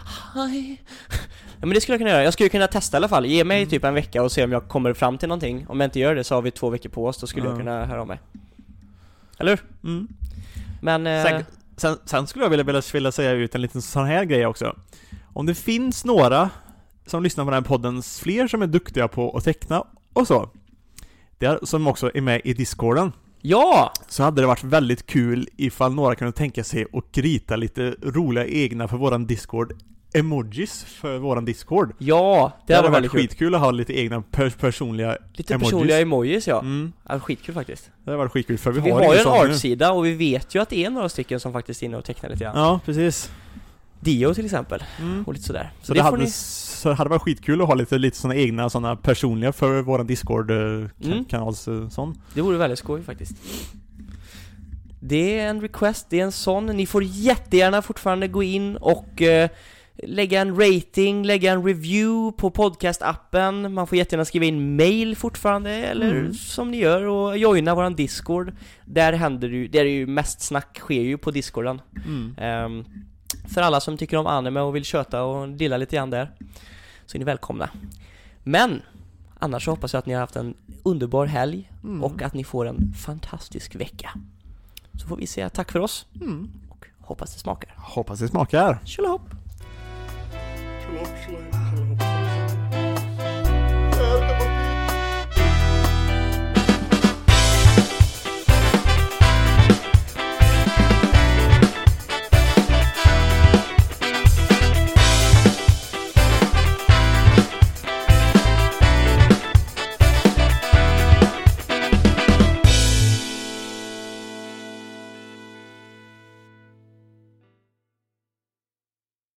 ja, men det skulle jag kunna göra. Jag skulle kunna testa i alla fall. Ge mig mm. typ en vecka och se om jag kommer fram till någonting. Om jag inte gör det så har vi två veckor på oss. Då skulle ja. jag kunna höra av mig. Eller hur? Mm. Men... Eh... Sen, sen, sen skulle jag vilja, vilja, vilja säga ut en liten sån här grej också. Om det finns några som lyssnar på den här podden, fler som är duktiga på att teckna och så, det är, som också är med i Discorden. Ja! Så hade det varit väldigt kul ifall några kunde tänka sig att rita lite roliga egna för våran Discord emojis för våran Discord. Ja, det, det hade varit skitkul att ha lite egna per- personliga lite emojis. personliga emojis, ja. Mm. Det var skitkul faktiskt. Det var skitkul för vi, vi har, har ju en artsida och vi vet ju att det är några stycken som faktiskt är inne och tecknar lite grann. Ja, precis. Dio till exempel, Mm. och lite sådär. Så, Så det, det får hade, ni... så hade varit skitkul att ha lite, lite såna egna såna personliga för våran Discord-kanals Mm. sån. Det vore väldigt skoj faktiskt. Det är en request, det är en sån. Ni får jättegärna fortfarande gå in och eh, lägga en rating, lägga en review på podcastappen. Man får jättegärna skriva in mail fortfarande, eller Mm. som ni gör, och joina våran Discord. Där händer ju, där är ju mest snack sker ju på Discorden. Mm. Ehm, för alla som tycker om anime och vill köta och dilla lite grann där, så är ni välkomna. Men annars så hoppas jag att ni har haft en underbar helg Mm. och att ni får en fantastisk vecka. Så får vi säga tack för oss Mm. och hoppas det smakar. Hoppas det smakar. Tjolahopp! Tjolahopp, tjolahopp, tjolahopp.